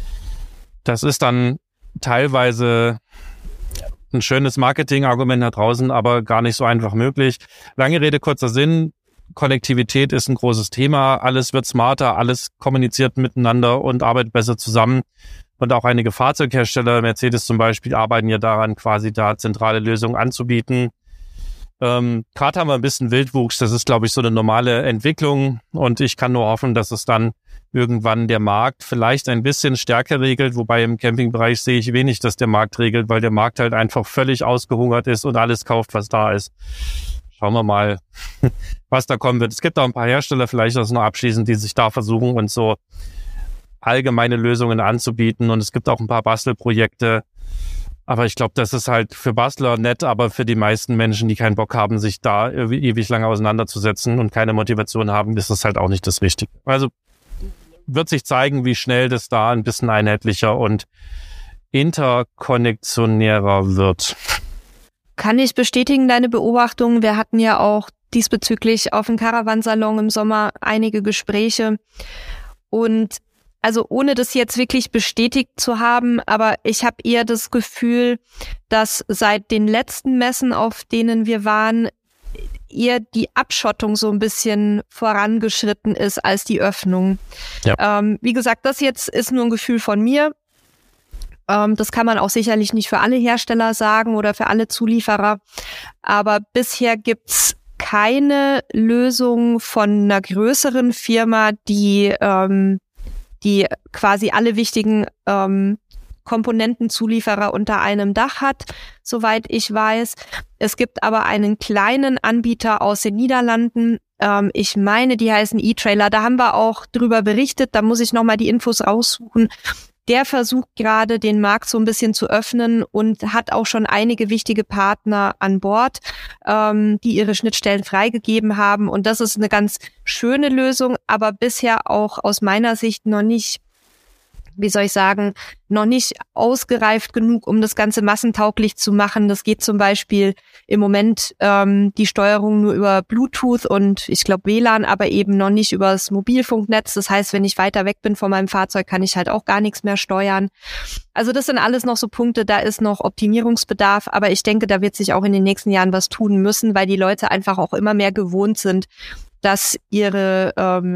Das ist dann teilweise ein schönes Marketingargument da draußen, aber gar nicht so einfach möglich. Lange Rede, kurzer Sinn. Konnektivität ist ein großes Thema. Alles wird smarter, alles kommuniziert miteinander und arbeitet besser zusammen. Und auch einige Fahrzeughersteller, Mercedes zum Beispiel, arbeiten ja daran, quasi da zentrale Lösungen anzubieten. Gerade haben wir ein bisschen Wildwuchs. Das ist, glaube ich, so eine normale Entwicklung. Und ich kann nur hoffen, dass es dann irgendwann der Markt vielleicht ein bisschen stärker regelt. Wobei im Campingbereich sehe ich wenig, dass der Markt regelt, weil der Markt halt einfach völlig ausgehungert ist und alles kauft, was da ist. Schauen wir mal, was da kommen wird. Es gibt auch ein paar Hersteller, vielleicht das noch abschließend, die sich da versuchen und so allgemeine Lösungen anzubieten. Und es gibt auch ein paar Bastelprojekte. Aber ich glaube, das ist halt für Bastler nett, aber für die meisten Menschen, die keinen Bock haben, sich da ewig lange auseinanderzusetzen und keine Motivation haben, ist das halt auch nicht das Richtige. Also wird sich zeigen, wie schnell das da ein bisschen einheitlicher und interkonnektionärer wird. Kann ich bestätigen, deine Beobachtung. Wir hatten ja auch diesbezüglich auf dem Caravansalon im Sommer einige Gespräche. Und also ohne das jetzt wirklich bestätigt zu haben, aber ich habe eher das Gefühl, dass seit den letzten Messen, auf denen wir waren, eher die Abschottung so ein bisschen vorangeschritten ist als die Öffnung. Ja. Wie gesagt, das jetzt ist nur ein Gefühl von mir. Das kann man auch sicherlich nicht für alle Hersteller sagen oder für alle Zulieferer. Aber bisher gibt's keine Lösung von einer größeren Firma, die quasi alle wichtigen Komponentenzulieferer unter einem Dach hat, soweit ich weiß. Es gibt aber einen kleinen Anbieter aus den Niederlanden. Ich meine, die heißen E-Trailer. Da haben wir auch drüber berichtet. Da muss ich nochmal die Infos raussuchen. Der versucht gerade, den Markt so ein bisschen zu öffnen und hat auch schon einige wichtige Partner an Bord, die ihre Schnittstellen freigegeben haben. Und das ist eine ganz schöne Lösung, aber bisher auch aus meiner Sicht noch nicht, wie soll ich sagen, noch nicht ausgereift genug, um das Ganze massentauglich zu machen. Das geht zum Beispiel im Moment die Steuerung nur über Bluetooth und ich glaube WLAN, aber eben noch nicht über das Mobilfunknetz. Das heißt, wenn ich weiter weg bin von meinem Fahrzeug, kann ich halt auch gar nichts mehr steuern. Also das sind alles noch so Punkte, da ist noch Optimierungsbedarf, aber ich denke, da wird sich auch in den nächsten Jahren was tun müssen, weil die Leute einfach auch immer mehr gewohnt sind, dass ihre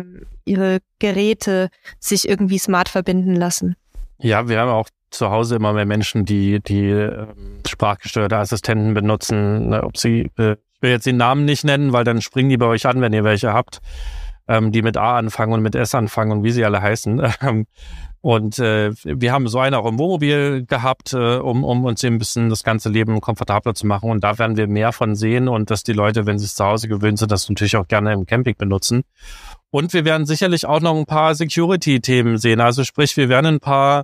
Geräte sich irgendwie smart verbinden lassen. Ja, wir haben auch zu Hause immer mehr Menschen, die sprachgesteuerte Assistenten benutzen. Ob sie, ich will jetzt den Namen nicht nennen, weil dann springen die bei euch an, wenn ihr welche habt, die mit A anfangen und mit S anfangen und wie sie alle heißen. Und wir haben so einen auch im Wohnmobil gehabt, um uns ein bisschen das ganze Leben komfortabler zu machen. Und da werden wir mehr von sehen und dass die Leute, wenn sie es zu Hause gewöhnt sind, das natürlich auch gerne im Camping benutzen. Und wir werden sicherlich auch noch ein paar Security-Themen sehen. Also sprich, wir werden ein paar,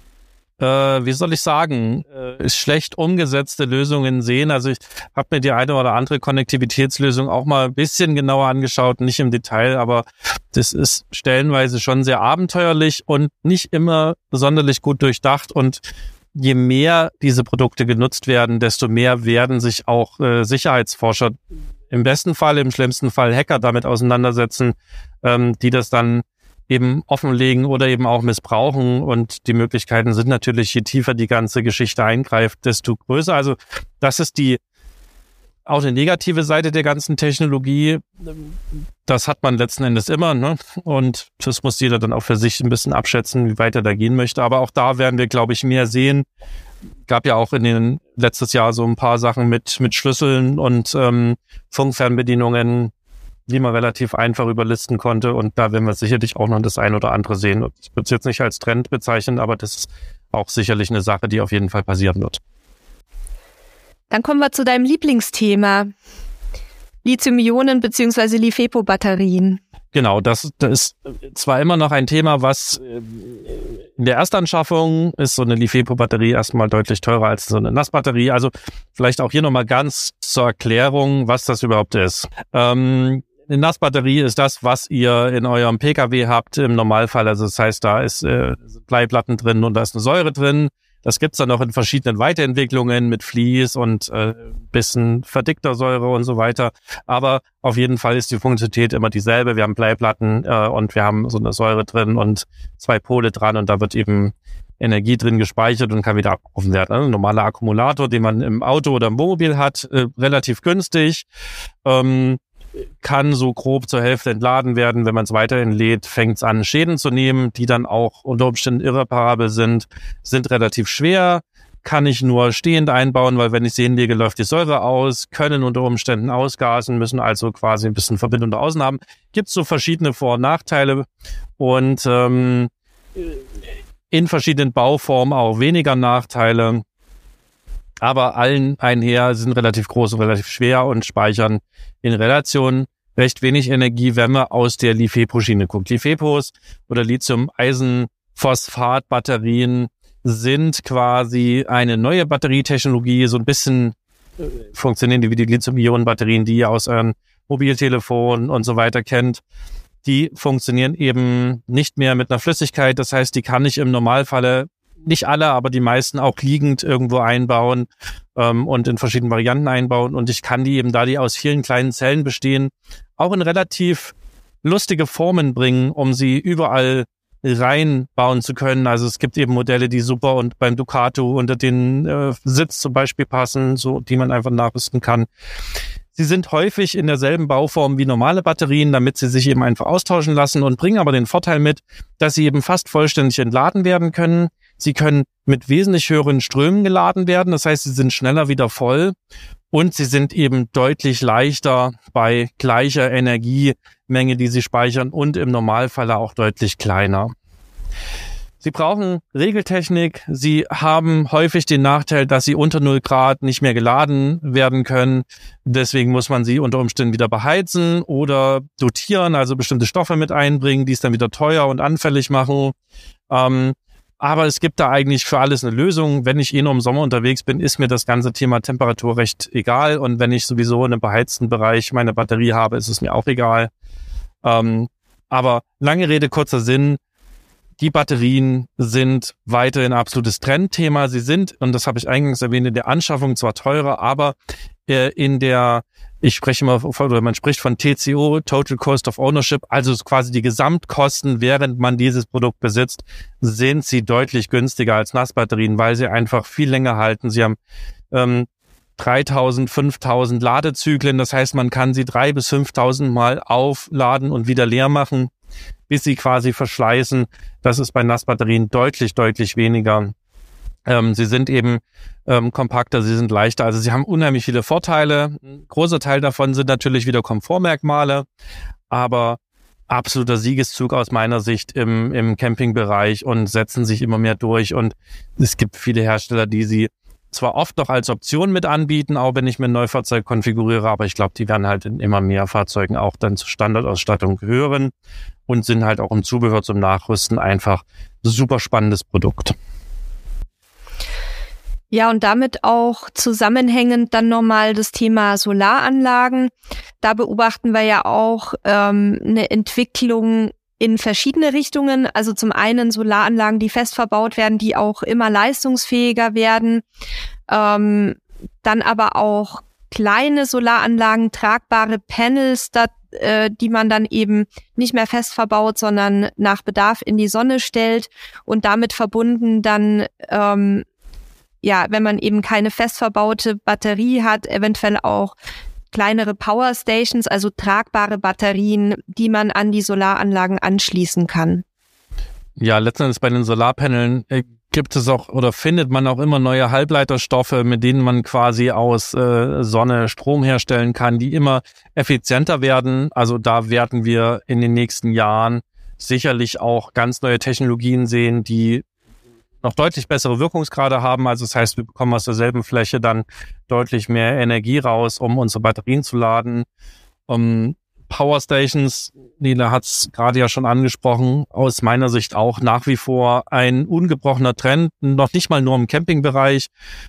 wie soll ich sagen, schlecht umgesetzte Lösungen sehen. Also ich habe mir die eine oder andere Konnektivitätslösung auch mal ein bisschen genauer angeschaut, nicht im Detail, aber das ist stellenweise schon sehr abenteuerlich und nicht immer sonderlich gut durchdacht. Und je mehr diese Produkte genutzt werden, desto mehr werden sich auch Sicherheitsforscher, im besten Fall, im schlimmsten Fall Hacker damit auseinandersetzen, die das dann eben offenlegen oder eben auch missbrauchen. Und die Möglichkeiten sind natürlich, je tiefer die ganze Geschichte eingreift, desto größer. Also das ist auch die negative Seite der ganzen Technologie. Das hat man letzten Endes immer, ne? Und das muss jeder dann auch für sich ein bisschen abschätzen, wie weit er da gehen möchte. Aber auch da werden wir, glaube ich, mehr sehen. Gab ja auch letztes Jahr so ein paar Sachen mit Schlüsseln und Funkfernbedienungen, die man relativ einfach überlisten konnte. Und da werden wir sicherlich auch noch das ein oder andere sehen. Ich würde es jetzt nicht als Trend bezeichnen, aber das ist auch sicherlich eine Sache, die auf jeden Fall passieren wird. Dann kommen wir zu deinem Lieblingsthema. Lithium-Ionen bzw. LiFePO-Batterien. Genau, das ist zwar immer noch ein Thema, was in der Erstanschaffung ist so eine LiFePO-Batterie erstmal deutlich teurer als so eine Nassbatterie. Also vielleicht auch hier nochmal ganz zur Erklärung, was das überhaupt ist. Eine Nassbatterie ist das, was ihr in eurem Pkw habt im Normalfall. Also das heißt, da ist Bleiplatten drin und da ist eine Säure drin. Das gibt's dann auch in verschiedenen Weiterentwicklungen mit Vlies und bisschen verdickter Säure und so weiter. Aber auf jeden Fall ist die Funktionalität immer dieselbe. Wir haben Bleiplatten und wir haben so eine Säure drin und 2 Pole dran und da wird eben Energie drin gespeichert und kann wieder abgerufen werden. Also ein normaler Akkumulator, den man im Auto oder im Wohnmobil hat, relativ günstig. Kann so grob zur Hälfte entladen werden. Wenn man es weiterhin lädt, fängt es an, Schäden zu nehmen, die dann auch unter Umständen irreparabel sind relativ schwer, kann ich nur stehend einbauen, weil wenn ich sie hinlege, läuft die Säure aus, können unter Umständen ausgasen, müssen also quasi ein bisschen Verbindung nach außen haben. Gibt es so verschiedene Vor- und Nachteile und in verschiedenen Bauformen auch weniger Nachteile. Aber allen einher sind relativ groß und relativ schwer und speichern in Relation recht wenig Energie, wenn man aus der LiFePO-Schiene guckt. LiFePOs oder Lithium-Eisenphosphat-Batterien sind quasi eine neue Batterietechnologie, so ein bisschen funktionieren die wie die Lithium-Ionen-Batterien, die ihr aus euren Mobiltelefonen und so weiter kennt. Die funktionieren eben nicht mehr mit einer Flüssigkeit, das heißt, die kann ich im Normalfall nicht alle, aber die meisten auch liegend irgendwo einbauen und in verschiedenen Varianten einbauen. Und ich kann die eben, da die aus vielen kleinen Zellen bestehen, auch in relativ lustige Formen bringen, um sie überall reinbauen zu können. Also es gibt eben Modelle, die super und beim Ducato unter den Sitz zum Beispiel passen, so die man einfach nachrüsten kann. Sie sind häufig in derselben Bauform wie normale Batterien, damit sie sich eben einfach austauschen lassen und bringen aber den Vorteil mit, dass sie eben fast vollständig entladen werden können. Sie können mit wesentlich höheren Strömen geladen werden. Das heißt, sie sind schneller wieder voll und sie sind eben deutlich leichter bei gleicher Energiemenge, die sie speichern und im Normalfall auch deutlich kleiner. Sie brauchen Regeltechnik. Sie haben häufig den Nachteil, dass sie unter 0 Grad nicht mehr geladen werden können. Deswegen muss man sie unter Umständen wieder beheizen oder dotieren, also bestimmte Stoffe mit einbringen, die es dann wieder teuer und anfällig machen. Aber es gibt da eigentlich für alles eine Lösung. Wenn ich nur im Sommer unterwegs bin, ist mir das ganze Thema Temperatur recht egal. Und wenn ich sowieso in einem beheizten Bereich meine Batterie habe, ist es mir auch egal. Aber lange Rede, kurzer Sinn. Die Batterien sind weiterhin ein absolutes Trendthema. Sie sind, und das habe ich eingangs erwähnt, in der Anschaffung zwar teurer, aber man spricht von TCO, Total Cost of Ownership, also quasi die Gesamtkosten, während man dieses Produkt besitzt, sind sie deutlich günstiger als Nassbatterien, weil sie einfach viel länger halten. Sie haben 3.000, 5.000 Ladezyklen, das heißt, man kann sie 3.000 bis 5.000 Mal aufladen und wieder leer machen, bis sie quasi verschleißen. Das ist bei Nassbatterien deutlich, deutlich weniger. Sie sind eben kompakter, sie sind leichter. Also sie haben unheimlich viele Vorteile. Ein großer Teil davon sind natürlich wieder Komfortmerkmale, aber absoluter Siegeszug aus meiner Sicht im Campingbereich und setzen sich immer mehr durch. Und es gibt viele Hersteller, die sie zwar oft noch als Option mit anbieten, auch wenn ich mir ein Neufahrzeug konfiguriere, aber ich glaube, die werden halt in immer mehr Fahrzeugen auch dann zur Standardausstattung gehören und sind halt auch im Zubehör zum Nachrüsten einfach ein super spannendes Produkt. Ja, und damit auch zusammenhängend dann nochmal das Thema Solaranlagen. Da beobachten wir ja auch eine Entwicklung in verschiedene Richtungen. Also zum einen Solaranlagen, die fest verbaut werden, die auch immer leistungsfähiger werden. Dann aber auch kleine Solaranlagen, tragbare Panels, die man dann eben nicht mehr fest verbaut, sondern nach Bedarf in die Sonne stellt und damit verbunden dann wenn man eben keine fest verbaute Batterie hat, eventuell auch kleinere Powerstations, also tragbare Batterien, die man an die Solaranlagen anschließen kann. Ja, letztendlich bei den Solarpanelen gibt es auch oder findet man auch immer neue Halbleiterstoffe, mit denen man quasi aus Sonne Strom herstellen kann, die immer effizienter werden. Also da werden wir in den nächsten Jahren sicherlich auch ganz neue Technologien sehen, die noch deutlich bessere Wirkungsgrade haben. Also das heißt, wir bekommen aus derselben Fläche dann deutlich mehr Energie raus, um unsere Batterien zu laden. Powerstations, Nina hat es gerade ja schon angesprochen, aus meiner Sicht auch nach wie vor ein ungebrochener Trend, noch nicht mal nur im Campingbereich,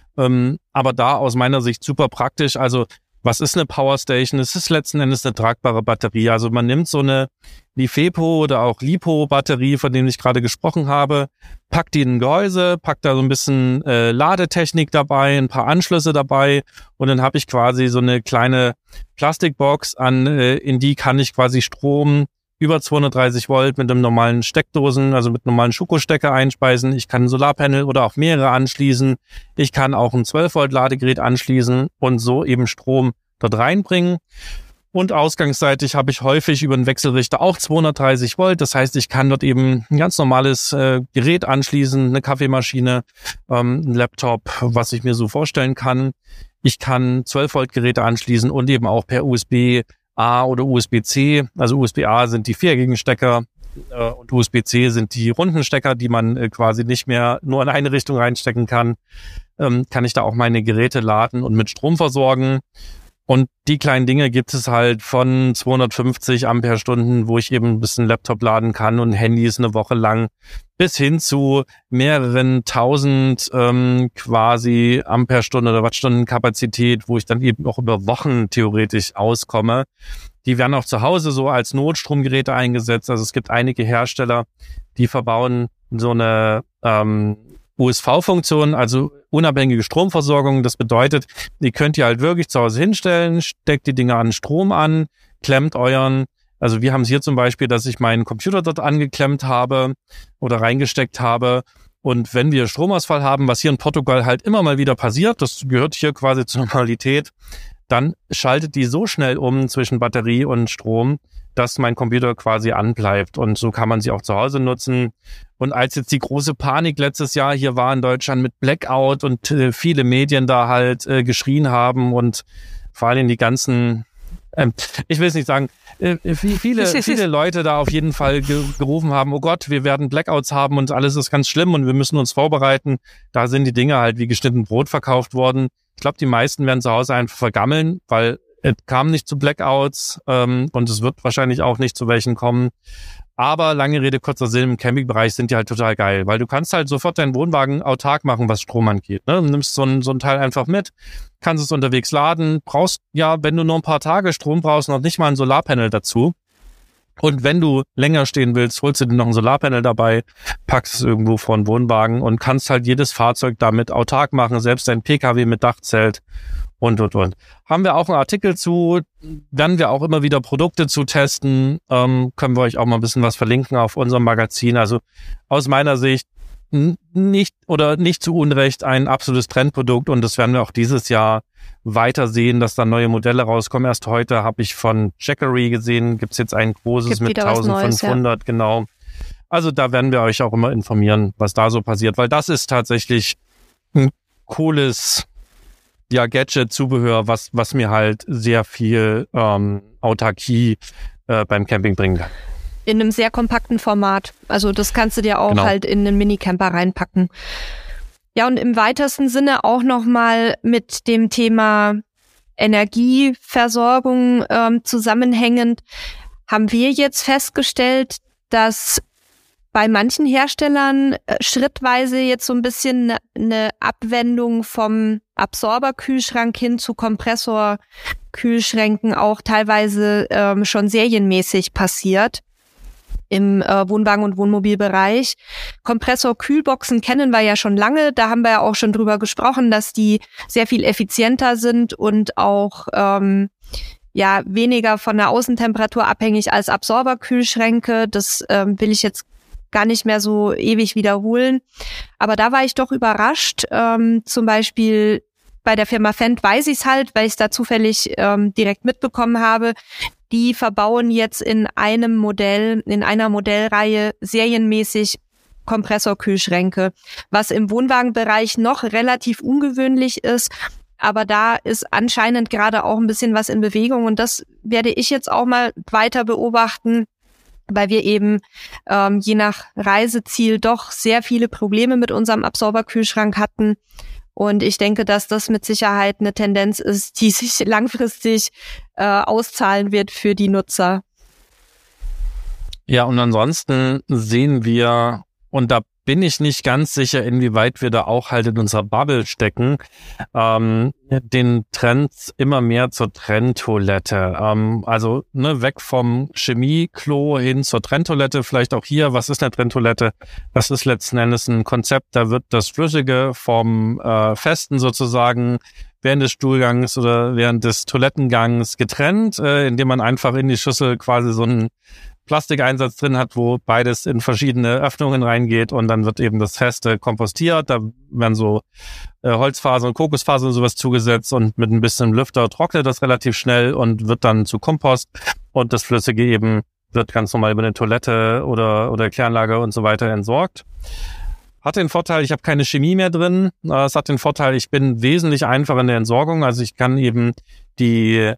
aber da aus meiner Sicht super praktisch. Also was ist eine Powerstation? Es ist letzten Endes eine tragbare Batterie. Also man nimmt so eine LiFePO oder auch LiPo-Batterie, von denen ich gerade gesprochen habe, packt die in ein Gehäuse, packt da so ein bisschen Ladetechnik dabei, ein paar Anschlüsse dabei und dann habe ich quasi so eine kleine Plastikbox, in die kann ich quasi Strom über 230 Volt mit einem normalen Steckdosen, also mit normalen Schuko-Stecker einspeisen. Ich kann ein Solarpanel oder auch mehrere anschließen. Ich kann auch ein 12 Volt Ladegerät anschließen und so eben Strom dort reinbringen. Und ausgangsseitig habe ich häufig über einen Wechselrichter auch 230 Volt. Das heißt, ich kann dort eben ein ganz normales Gerät anschließen, eine Kaffeemaschine, ein Laptop, was ich mir so vorstellen kann. Ich kann 12 Volt Geräte anschließen und eben auch per USB-A oder USB-C. Also USB-A sind die viereckigen Stecker und USB-C sind die runden Stecker, die man quasi nicht mehr nur in eine Richtung reinstecken kann. Kann ich da auch meine Geräte laden und mit Strom versorgen. Und die kleinen Dinge gibt es halt von 250 Ampere-Stunden, wo ich eben ein bisschen Laptop laden kann und Handys eine Woche lang, bis hin zu mehreren tausend quasi Ampere-Stunden oder Wattstunden Kapazität, wo ich dann eben auch über Wochen theoretisch auskomme. Die werden auch zu Hause so als Notstromgeräte eingesetzt. Also es gibt einige Hersteller, die verbauen so eine USV-Funktion, also unabhängige Stromversorgung. Das bedeutet, ihr könnt ihr halt wirklich zu Hause hinstellen, steckt die Dinger an Strom an, klemmt also wir haben es hier zum Beispiel, dass ich meinen Computer dort angeklemmt habe oder reingesteckt habe. Und wenn wir Stromausfall haben, was hier in Portugal halt immer mal wieder passiert, das gehört hier quasi zur Normalität, dann schaltet die so schnell um zwischen Batterie und Strom, dass mein Computer quasi anbleibt. Und so kann man sie auch zu Hause nutzen. Und als jetzt die große Panik letztes Jahr hier war in Deutschland mit Blackout und viele Medien da halt geschrien haben und vor allem die ganzen, ich will es nicht sagen, viele Leute da auf jeden Fall gerufen haben, oh Gott, wir werden Blackouts haben und alles ist ganz schlimm und wir müssen uns vorbereiten. Da sind die Dinge halt wie geschnitten Brot verkauft worden. Ich glaube, die meisten werden zu Hause einfach vergammeln, weil es kam nicht zu Blackouts und es wird wahrscheinlich auch nicht zu welchen kommen. Aber lange Rede, kurzer Sinn, im Campingbereich sind die halt total geil, weil du kannst halt sofort deinen Wohnwagen autark machen, was Strom angeht. Ne? Du nimmst so ein Teil einfach mit, kannst es unterwegs laden, brauchst ja, wenn du nur ein paar Tage Strom brauchst, noch nicht mal ein Solarpanel dazu. Und wenn du länger stehen willst, holst du dir noch ein Solarpanel dabei, packst es irgendwo vor den Wohnwagen und kannst halt jedes Fahrzeug damit autark machen, selbst ein PKW mit Dachzelt und. Haben wir auch einen Artikel zu, werden wir auch immer wieder Produkte zu testen, können wir euch auch mal ein bisschen was verlinken auf unserem Magazin. Also aus meiner Sicht nicht zu Unrecht ein absolutes Trendprodukt und das werden wir auch dieses Jahr weiter sehen, dass da neue Modelle rauskommen. Erst heute habe ich von Jackery gesehen, gibt's jetzt ein großes mit 1500, Neues, ja. Genau. Also da werden wir euch auch immer informieren, was da so passiert, weil das ist tatsächlich ein cooles Gadget-Zubehör, was mir halt sehr viel Autarkie beim Camping bringen kann. In einem sehr kompakten Format. Also das kannst du dir auch halt in einen Minicamper reinpacken. Ja, und im weitesten Sinne auch nochmal mit dem Thema Energieversorgung zusammenhängend, haben wir jetzt festgestellt, dass bei manchen Herstellern schrittweise jetzt so ein bisschen eine Abwendung vom Absorberkühlschrank hin zu Kompressorkühlschränken auch teilweise schon serienmäßig passiert im Wohnwagen- und Wohnmobilbereich. Kompressorkühlboxen kennen wir ja schon lange. Da haben wir ja auch schon drüber gesprochen, dass die sehr viel effizienter sind und auch weniger von der Außentemperatur abhängig als Absorberkühlschränke. Das will ich jetzt gar nicht mehr so ewig wiederholen. Aber da war ich doch überrascht. Zum Beispiel bei der Firma Fendt weiß ich es halt, weil ich es da zufällig direkt mitbekommen habe. Die verbauen jetzt in einer Modellreihe serienmäßig Kompressorkühlschränke, was im Wohnwagenbereich noch relativ ungewöhnlich ist. Aber da ist anscheinend gerade auch ein bisschen was in Bewegung und das werde ich jetzt auch mal weiter beobachten, weil wir eben je nach Reiseziel doch sehr viele Probleme mit unserem Absorberkühlschrank hatten. Und ich denke, dass das mit Sicherheit eine Tendenz ist, die sich langfristig auszahlen wird für die Nutzer. Ja, und ansonsten sehen wir, und da bin ich nicht ganz sicher, inwieweit wir da auch halt in unserer Bubble stecken, den Trend immer mehr zur Trenntoilette. Also weg vom Chemieklo hin zur Trenntoilette. Vielleicht auch hier, was ist eine Trenntoilette? Das ist letzten Endes ein Konzept, da wird das Flüssige vom Festen sozusagen während des Stuhlgangs oder während des Toilettengangs getrennt, indem man einfach in die Schüssel quasi so einen Plastikeinsatz drin hat, wo beides in verschiedene Öffnungen reingeht und dann wird eben das Feste kompostiert. Da werden so Holzfasern und Kokosfasern und sowas zugesetzt und mit ein bisschen Lüfter trocknet das relativ schnell und wird dann zu Kompost und das Flüssige eben wird ganz normal über eine Toilette oder Kläranlage und so weiter entsorgt. Hat den Vorteil, ich habe keine Chemie mehr drin. Es hat den Vorteil, ich bin wesentlich einfacher in der Entsorgung. Also ich kann eben die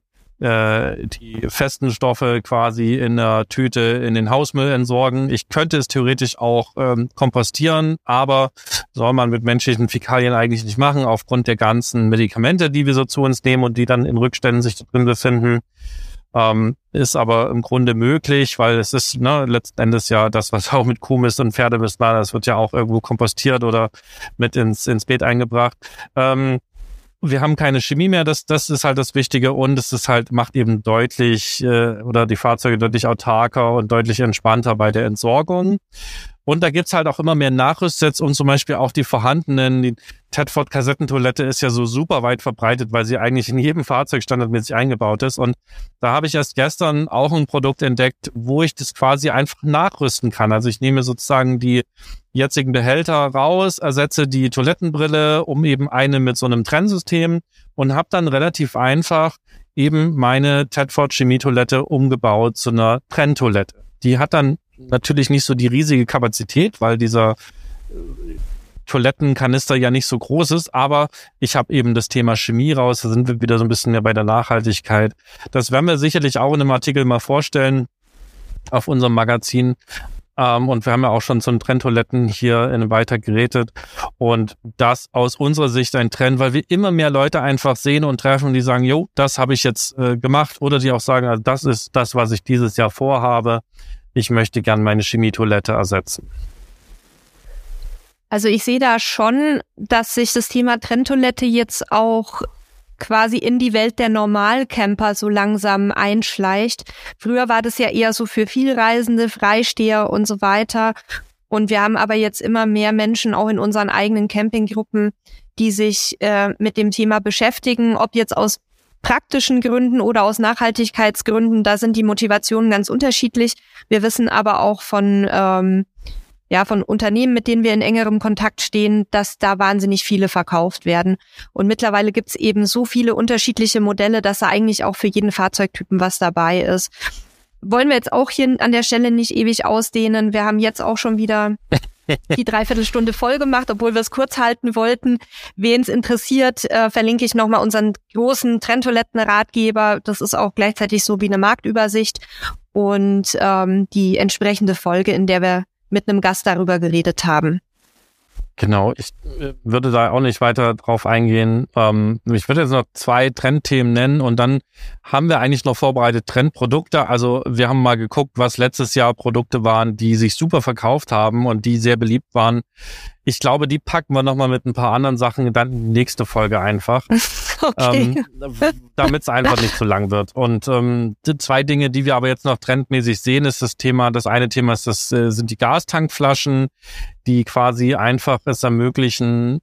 festen Stoffe quasi in der Tüte in den Hausmüll entsorgen. Ich könnte es theoretisch auch kompostieren, aber soll man mit menschlichen Fäkalien eigentlich nicht machen, aufgrund der ganzen Medikamente, die wir so zu uns nehmen und die dann in Rückständen sich drin befinden. Ist aber im Grunde möglich, weil es ist letzten Endes ja das, was auch mit Kuhmist und Pferdemist war, das wird ja auch irgendwo kompostiert oder mit ins Beet eingebracht. Wir haben keine Chemie mehr, das ist halt das Wichtige und es ist halt, macht eben deutlich oder die Fahrzeuge deutlich autarker und deutlich entspannter bei der Entsorgung. Und da gibt's halt auch immer mehr Nachrüstsets und zum Beispiel auch die vorhandenen, die Tedford-Kassettentoilette ist ja so super weit verbreitet, weil sie eigentlich in jedem Fahrzeug standardmäßig eingebaut ist. Und da habe ich erst gestern auch ein Produkt entdeckt, wo ich das quasi einfach nachrüsten kann. Also ich nehme sozusagen die jetzigen Behälter raus, ersetze die Toilettenbrille um eben eine mit so einem Trennsystem und habe dann relativ einfach eben meine Tedford Chemietoilette umgebaut zu einer Trenntoilette. Die hat dann natürlich nicht so die riesige Kapazität, weil dieser Toilettenkanister ja nicht so groß ist, aber ich habe eben das Thema Chemie raus, da sind wir wieder so ein bisschen mehr bei der Nachhaltigkeit. Das werden wir sicherlich auch in einem Artikel mal vorstellen auf unserem Magazin. Und wir haben ja auch schon zu Trenntoiletten hier weiter geredet. Und das aus unserer Sicht ein Trend, weil wir immer mehr Leute einfach sehen und treffen, die sagen, jo, das habe ich jetzt gemacht. Oder die auch sagen, also das ist das, was ich dieses Jahr vorhabe. Ich möchte gern meine Chemietoilette ersetzen. Also ich sehe da schon, dass sich das Thema Trenntoilette jetzt auch quasi in die Welt der Normalcamper so langsam einschleicht. Früher war das ja eher so für Vielreisende, Freisteher und so weiter. Und wir haben aber jetzt immer mehr Menschen auch in unseren eigenen Campinggruppen, die sich mit dem Thema beschäftigen, ob jetzt aus praktischen Gründen oder aus Nachhaltigkeitsgründen. Da sind die Motivationen ganz unterschiedlich. Wir wissen aber auch von Unternehmen, mit denen wir in engerem Kontakt stehen, dass da wahnsinnig viele verkauft werden. Und mittlerweile gibt es eben so viele unterschiedliche Modelle, dass da eigentlich auch für jeden Fahrzeugtypen was dabei ist. Wollen wir jetzt auch hier an der Stelle nicht ewig ausdehnen. Wir haben jetzt auch schon wieder die Dreiviertelstunde voll gemacht, obwohl wir es kurz halten wollten. Wen es interessiert, verlinke ich nochmal unseren großen Trenntoiletten-Ratgeber. Das ist auch gleichzeitig so wie eine Marktübersicht und die entsprechende Folge, in der wir mit einem Gast darüber geredet haben. Genau, ich würde da auch nicht weiter drauf eingehen. Ich würde jetzt noch 2 Trendthemen nennen und dann haben wir eigentlich noch vorbereitet Trendprodukte. Also wir haben mal geguckt, was letztes Jahr Produkte waren, die sich super verkauft haben und die sehr beliebt waren. Ich glaube, die packen wir nochmal mit ein paar anderen Sachen dann in die nächste Folge einfach. Okay. Damit es einfach nicht zu lang wird. Und die 2 Dinge, die wir aber jetzt noch trendmäßig sehen, ist das Thema, das eine Thema ist, sind die Gastankflaschen, die quasi einfach es ermöglichen,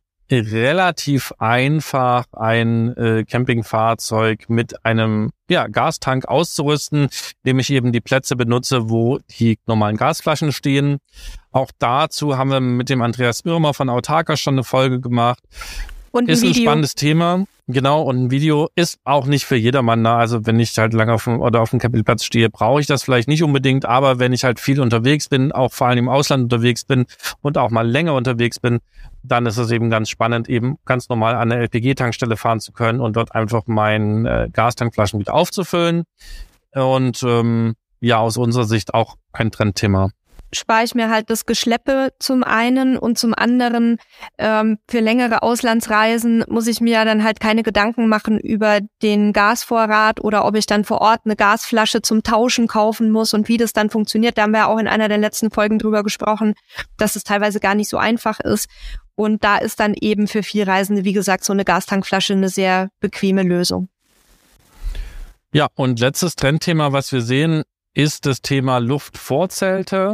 relativ einfach ein Campingfahrzeug mit einem Gastank auszurüsten, indem ich eben die Plätze benutze, wo die normalen Gasflaschen stehen. Auch dazu haben wir mit dem Andreas Irmer von Autarka schon eine Folge gemacht. Und ist ein spannendes Thema, genau, und ein Video ist auch nicht für jedermann da. Also wenn ich halt lange auf dem Campingplatz stehe, brauche ich das vielleicht nicht unbedingt, aber wenn ich halt viel unterwegs bin, auch vor allem im Ausland unterwegs bin und auch mal länger unterwegs bin, dann ist es eben ganz spannend, eben ganz normal an der LPG-Tankstelle fahren zu können und dort einfach meine Gastankflaschen wieder aufzufüllen. Und aus unserer Sicht auch ein Trendthema. Spare ich mir halt das Geschleppe zum einen und zum anderen für längere Auslandsreisen muss ich mir ja dann halt keine Gedanken machen über den Gasvorrat oder ob ich dann vor Ort eine Gasflasche zum Tauschen kaufen muss und wie das dann funktioniert. Da haben wir auch in einer der letzten Folgen drüber gesprochen, dass es teilweise gar nicht so einfach ist. Und da ist dann eben für Vielreisende, wie gesagt, so eine Gastankflasche eine sehr bequeme Lösung. Ja, und letztes Trendthema, was wir sehen, ist das Thema Luftvorzelte.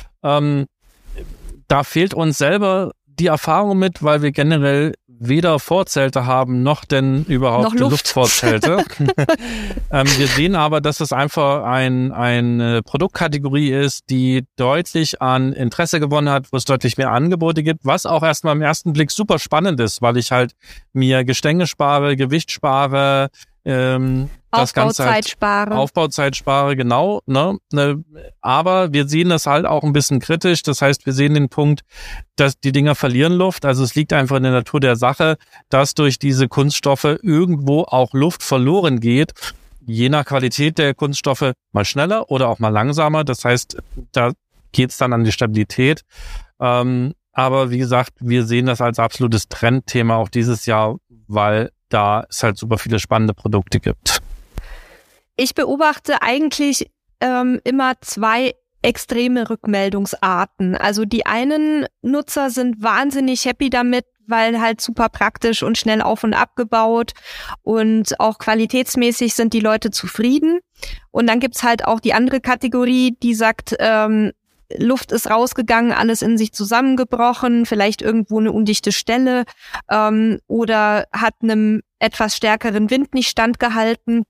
Da fehlt uns selber die Erfahrung mit, weil wir generell weder Vorzelte haben, noch denn überhaupt Luftvorzelte. Wir sehen aber, dass es einfach eine Produktkategorie ist, die deutlich an Interesse gewonnen hat, wo es deutlich mehr Angebote gibt, was auch erstmal im ersten Blick super spannend ist, weil ich halt mir Gestänge spare, Gewicht spare, das Ganze halt Aufbauzeit spare, genau. Ne? Aber wir sehen das halt auch ein bisschen kritisch. Das heißt, wir sehen den Punkt, dass die Dinger verlieren Luft. Also es liegt einfach in der Natur der Sache, dass durch diese Kunststoffe irgendwo auch Luft verloren geht. Je nach Qualität der Kunststoffe mal schneller oder auch mal langsamer. Das heißt, da geht's dann an die Stabilität. Aber wie gesagt, wir sehen das als absolutes Trendthema auch dieses Jahr, weil da es halt super viele spannende Produkte gibt. Ich beobachte eigentlich immer 2 extreme Rückmeldungsarten. Also die einen Nutzer sind wahnsinnig happy damit, weil halt super praktisch und schnell auf- und abgebaut und auch qualitätsmäßig sind die Leute zufrieden. Und dann gibt's halt auch die andere Kategorie, die sagt, Luft ist rausgegangen, alles in sich zusammengebrochen, vielleicht irgendwo eine undichte Stelle oder hat einem etwas stärkeren Wind nicht standgehalten.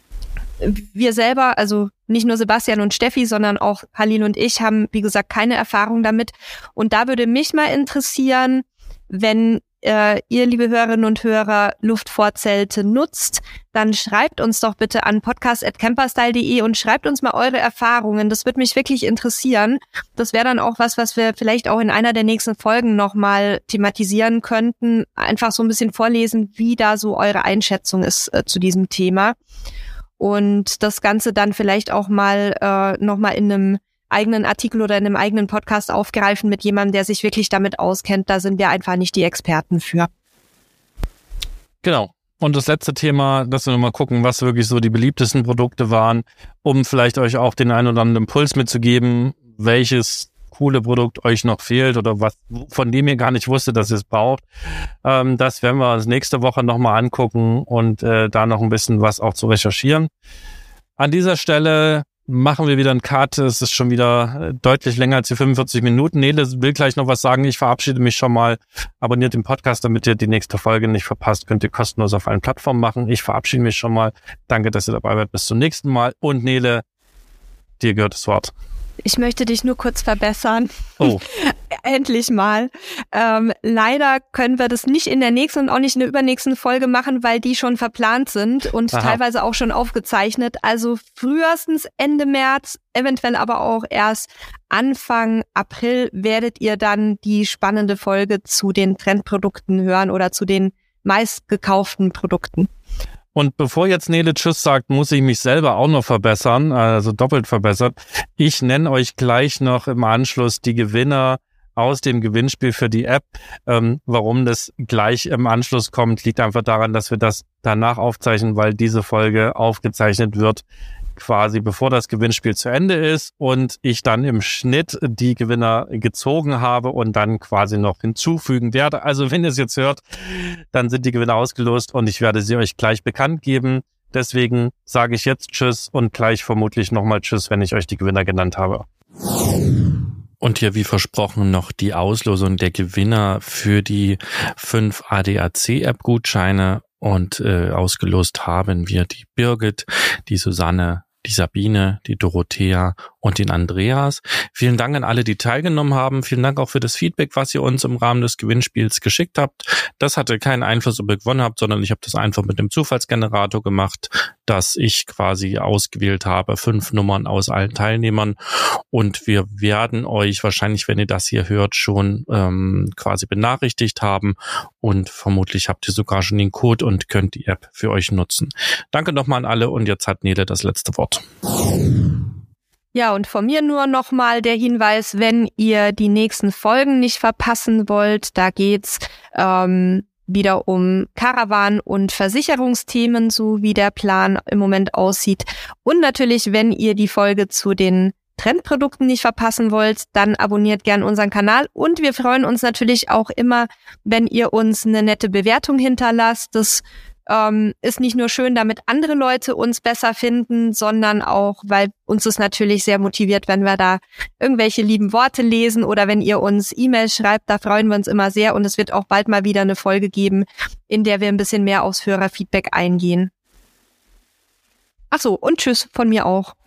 Wir selber, also nicht nur Sebastian und Steffi, sondern auch Halil und ich haben, wie gesagt, keine Erfahrung damit. Und da würde mich mal interessieren, wenn ihr, liebe Hörerinnen und Hörer, Luftfortzelte nutzt, dann schreibt uns doch bitte an podcast@camperstyle.de und schreibt uns mal eure Erfahrungen. Das würde mich wirklich interessieren. Das wäre dann auch was wir vielleicht auch in einer der nächsten Folgen nochmal thematisieren könnten. Einfach so ein bisschen vorlesen, wie da so eure Einschätzung ist zu diesem Thema. Und das Ganze dann vielleicht auch mal nochmal in einem eigenen Artikel oder in einem eigenen Podcast aufgreifen mit jemandem, der sich wirklich damit auskennt. Da sind wir einfach nicht die Experten für. Genau. Und das letzte Thema, dass wir mal gucken, was wirklich so die beliebtesten Produkte waren, um vielleicht euch auch den einen oder anderen Impuls mitzugeben, welches coole Produkt euch noch fehlt oder was, von dem ihr gar nicht wusstet, dass ihr es braucht. Das werden wir uns nächste Woche nochmal angucken und da noch ein bisschen was auch zu recherchieren. An dieser Stelle machen wir wieder einen Cut. Es ist schon wieder deutlich länger als die 45 Minuten. Nele will gleich noch was sagen. Ich verabschiede mich schon mal. Abonniert den Podcast, damit ihr die nächste Folge nicht verpasst. Könnt ihr kostenlos auf allen Plattformen machen. Ich verabschiede mich schon mal. Danke, dass ihr dabei wart. Bis zum nächsten Mal. Und Nele, dir gehört das Wort. Ich möchte dich nur kurz verbessern. Oh. Endlich mal. Leider können wir das nicht in der nächsten und auch nicht in der übernächsten Folge machen, weil die schon verplant sind und teilweise auch schon aufgezeichnet. Also frühestens Ende März, eventuell aber auch erst Anfang April werdet ihr dann die spannende Folge zu den Trendprodukten hören oder zu den meistgekauften Produkten. Und bevor jetzt Nele Tschüss sagt, muss ich mich selber auch noch verbessern, also doppelt verbessert. Ich nenne euch gleich noch im Anschluss die Gewinner aus dem Gewinnspiel für die App. Warum das gleich im Anschluss kommt, liegt einfach daran, dass wir das danach aufzeichnen, weil diese Folge aufgezeichnet wird, quasi bevor das Gewinnspiel zu Ende ist und ich dann im Schnitt die Gewinner gezogen habe und dann quasi noch hinzufügen werde. Also wenn ihr es jetzt hört, dann sind die Gewinner ausgelost und ich werde sie euch gleich bekannt geben. Deswegen sage ich jetzt Tschüss und gleich vermutlich nochmal Tschüss, wenn ich euch die Gewinner genannt habe. Und hier wie versprochen noch die Auslosung der Gewinner für die 5 ADAC-App-Gutscheine und ausgelost haben wir die Birgit, die Susanne, die Sabine, die Dorothea und den Andreas. Vielen Dank an alle, die teilgenommen haben. Vielen Dank auch für das Feedback, was ihr uns im Rahmen des Gewinnspiels geschickt habt. Das hatte keinen Einfluss, ob ihr gewonnen habt, sondern ich habe das einfach mit dem Zufallsgenerator gemacht, dass ich quasi ausgewählt habe, 5 Nummern aus allen Teilnehmern. Und wir werden euch wahrscheinlich, wenn ihr das hier hört, schon quasi benachrichtigt haben. Und vermutlich habt ihr sogar schon den Code und könnt die App für euch nutzen. Danke nochmal an alle und jetzt hat Nele das letzte Wort. Ja, und von mir nur nochmal der Hinweis, wenn ihr die nächsten Folgen nicht verpassen wollt, da geht's wieder um Caravan- und Versicherungsthemen, so wie der Plan im Moment aussieht. Und natürlich, wenn ihr die Folge zu den Trendprodukten nicht verpassen wollt, dann abonniert gern unseren Kanal und wir freuen uns natürlich auch immer, wenn ihr uns eine nette Bewertung hinterlasst. Das ist nicht nur schön, damit andere Leute uns besser finden, sondern auch, weil uns das natürlich sehr motiviert, wenn wir da irgendwelche lieben Worte lesen oder wenn ihr uns E-Mails schreibt, da freuen wir uns immer sehr und es wird auch bald mal wieder eine Folge geben, in der wir ein bisschen mehr aufs Hörerfeedback eingehen. Ach so, und tschüss von mir auch.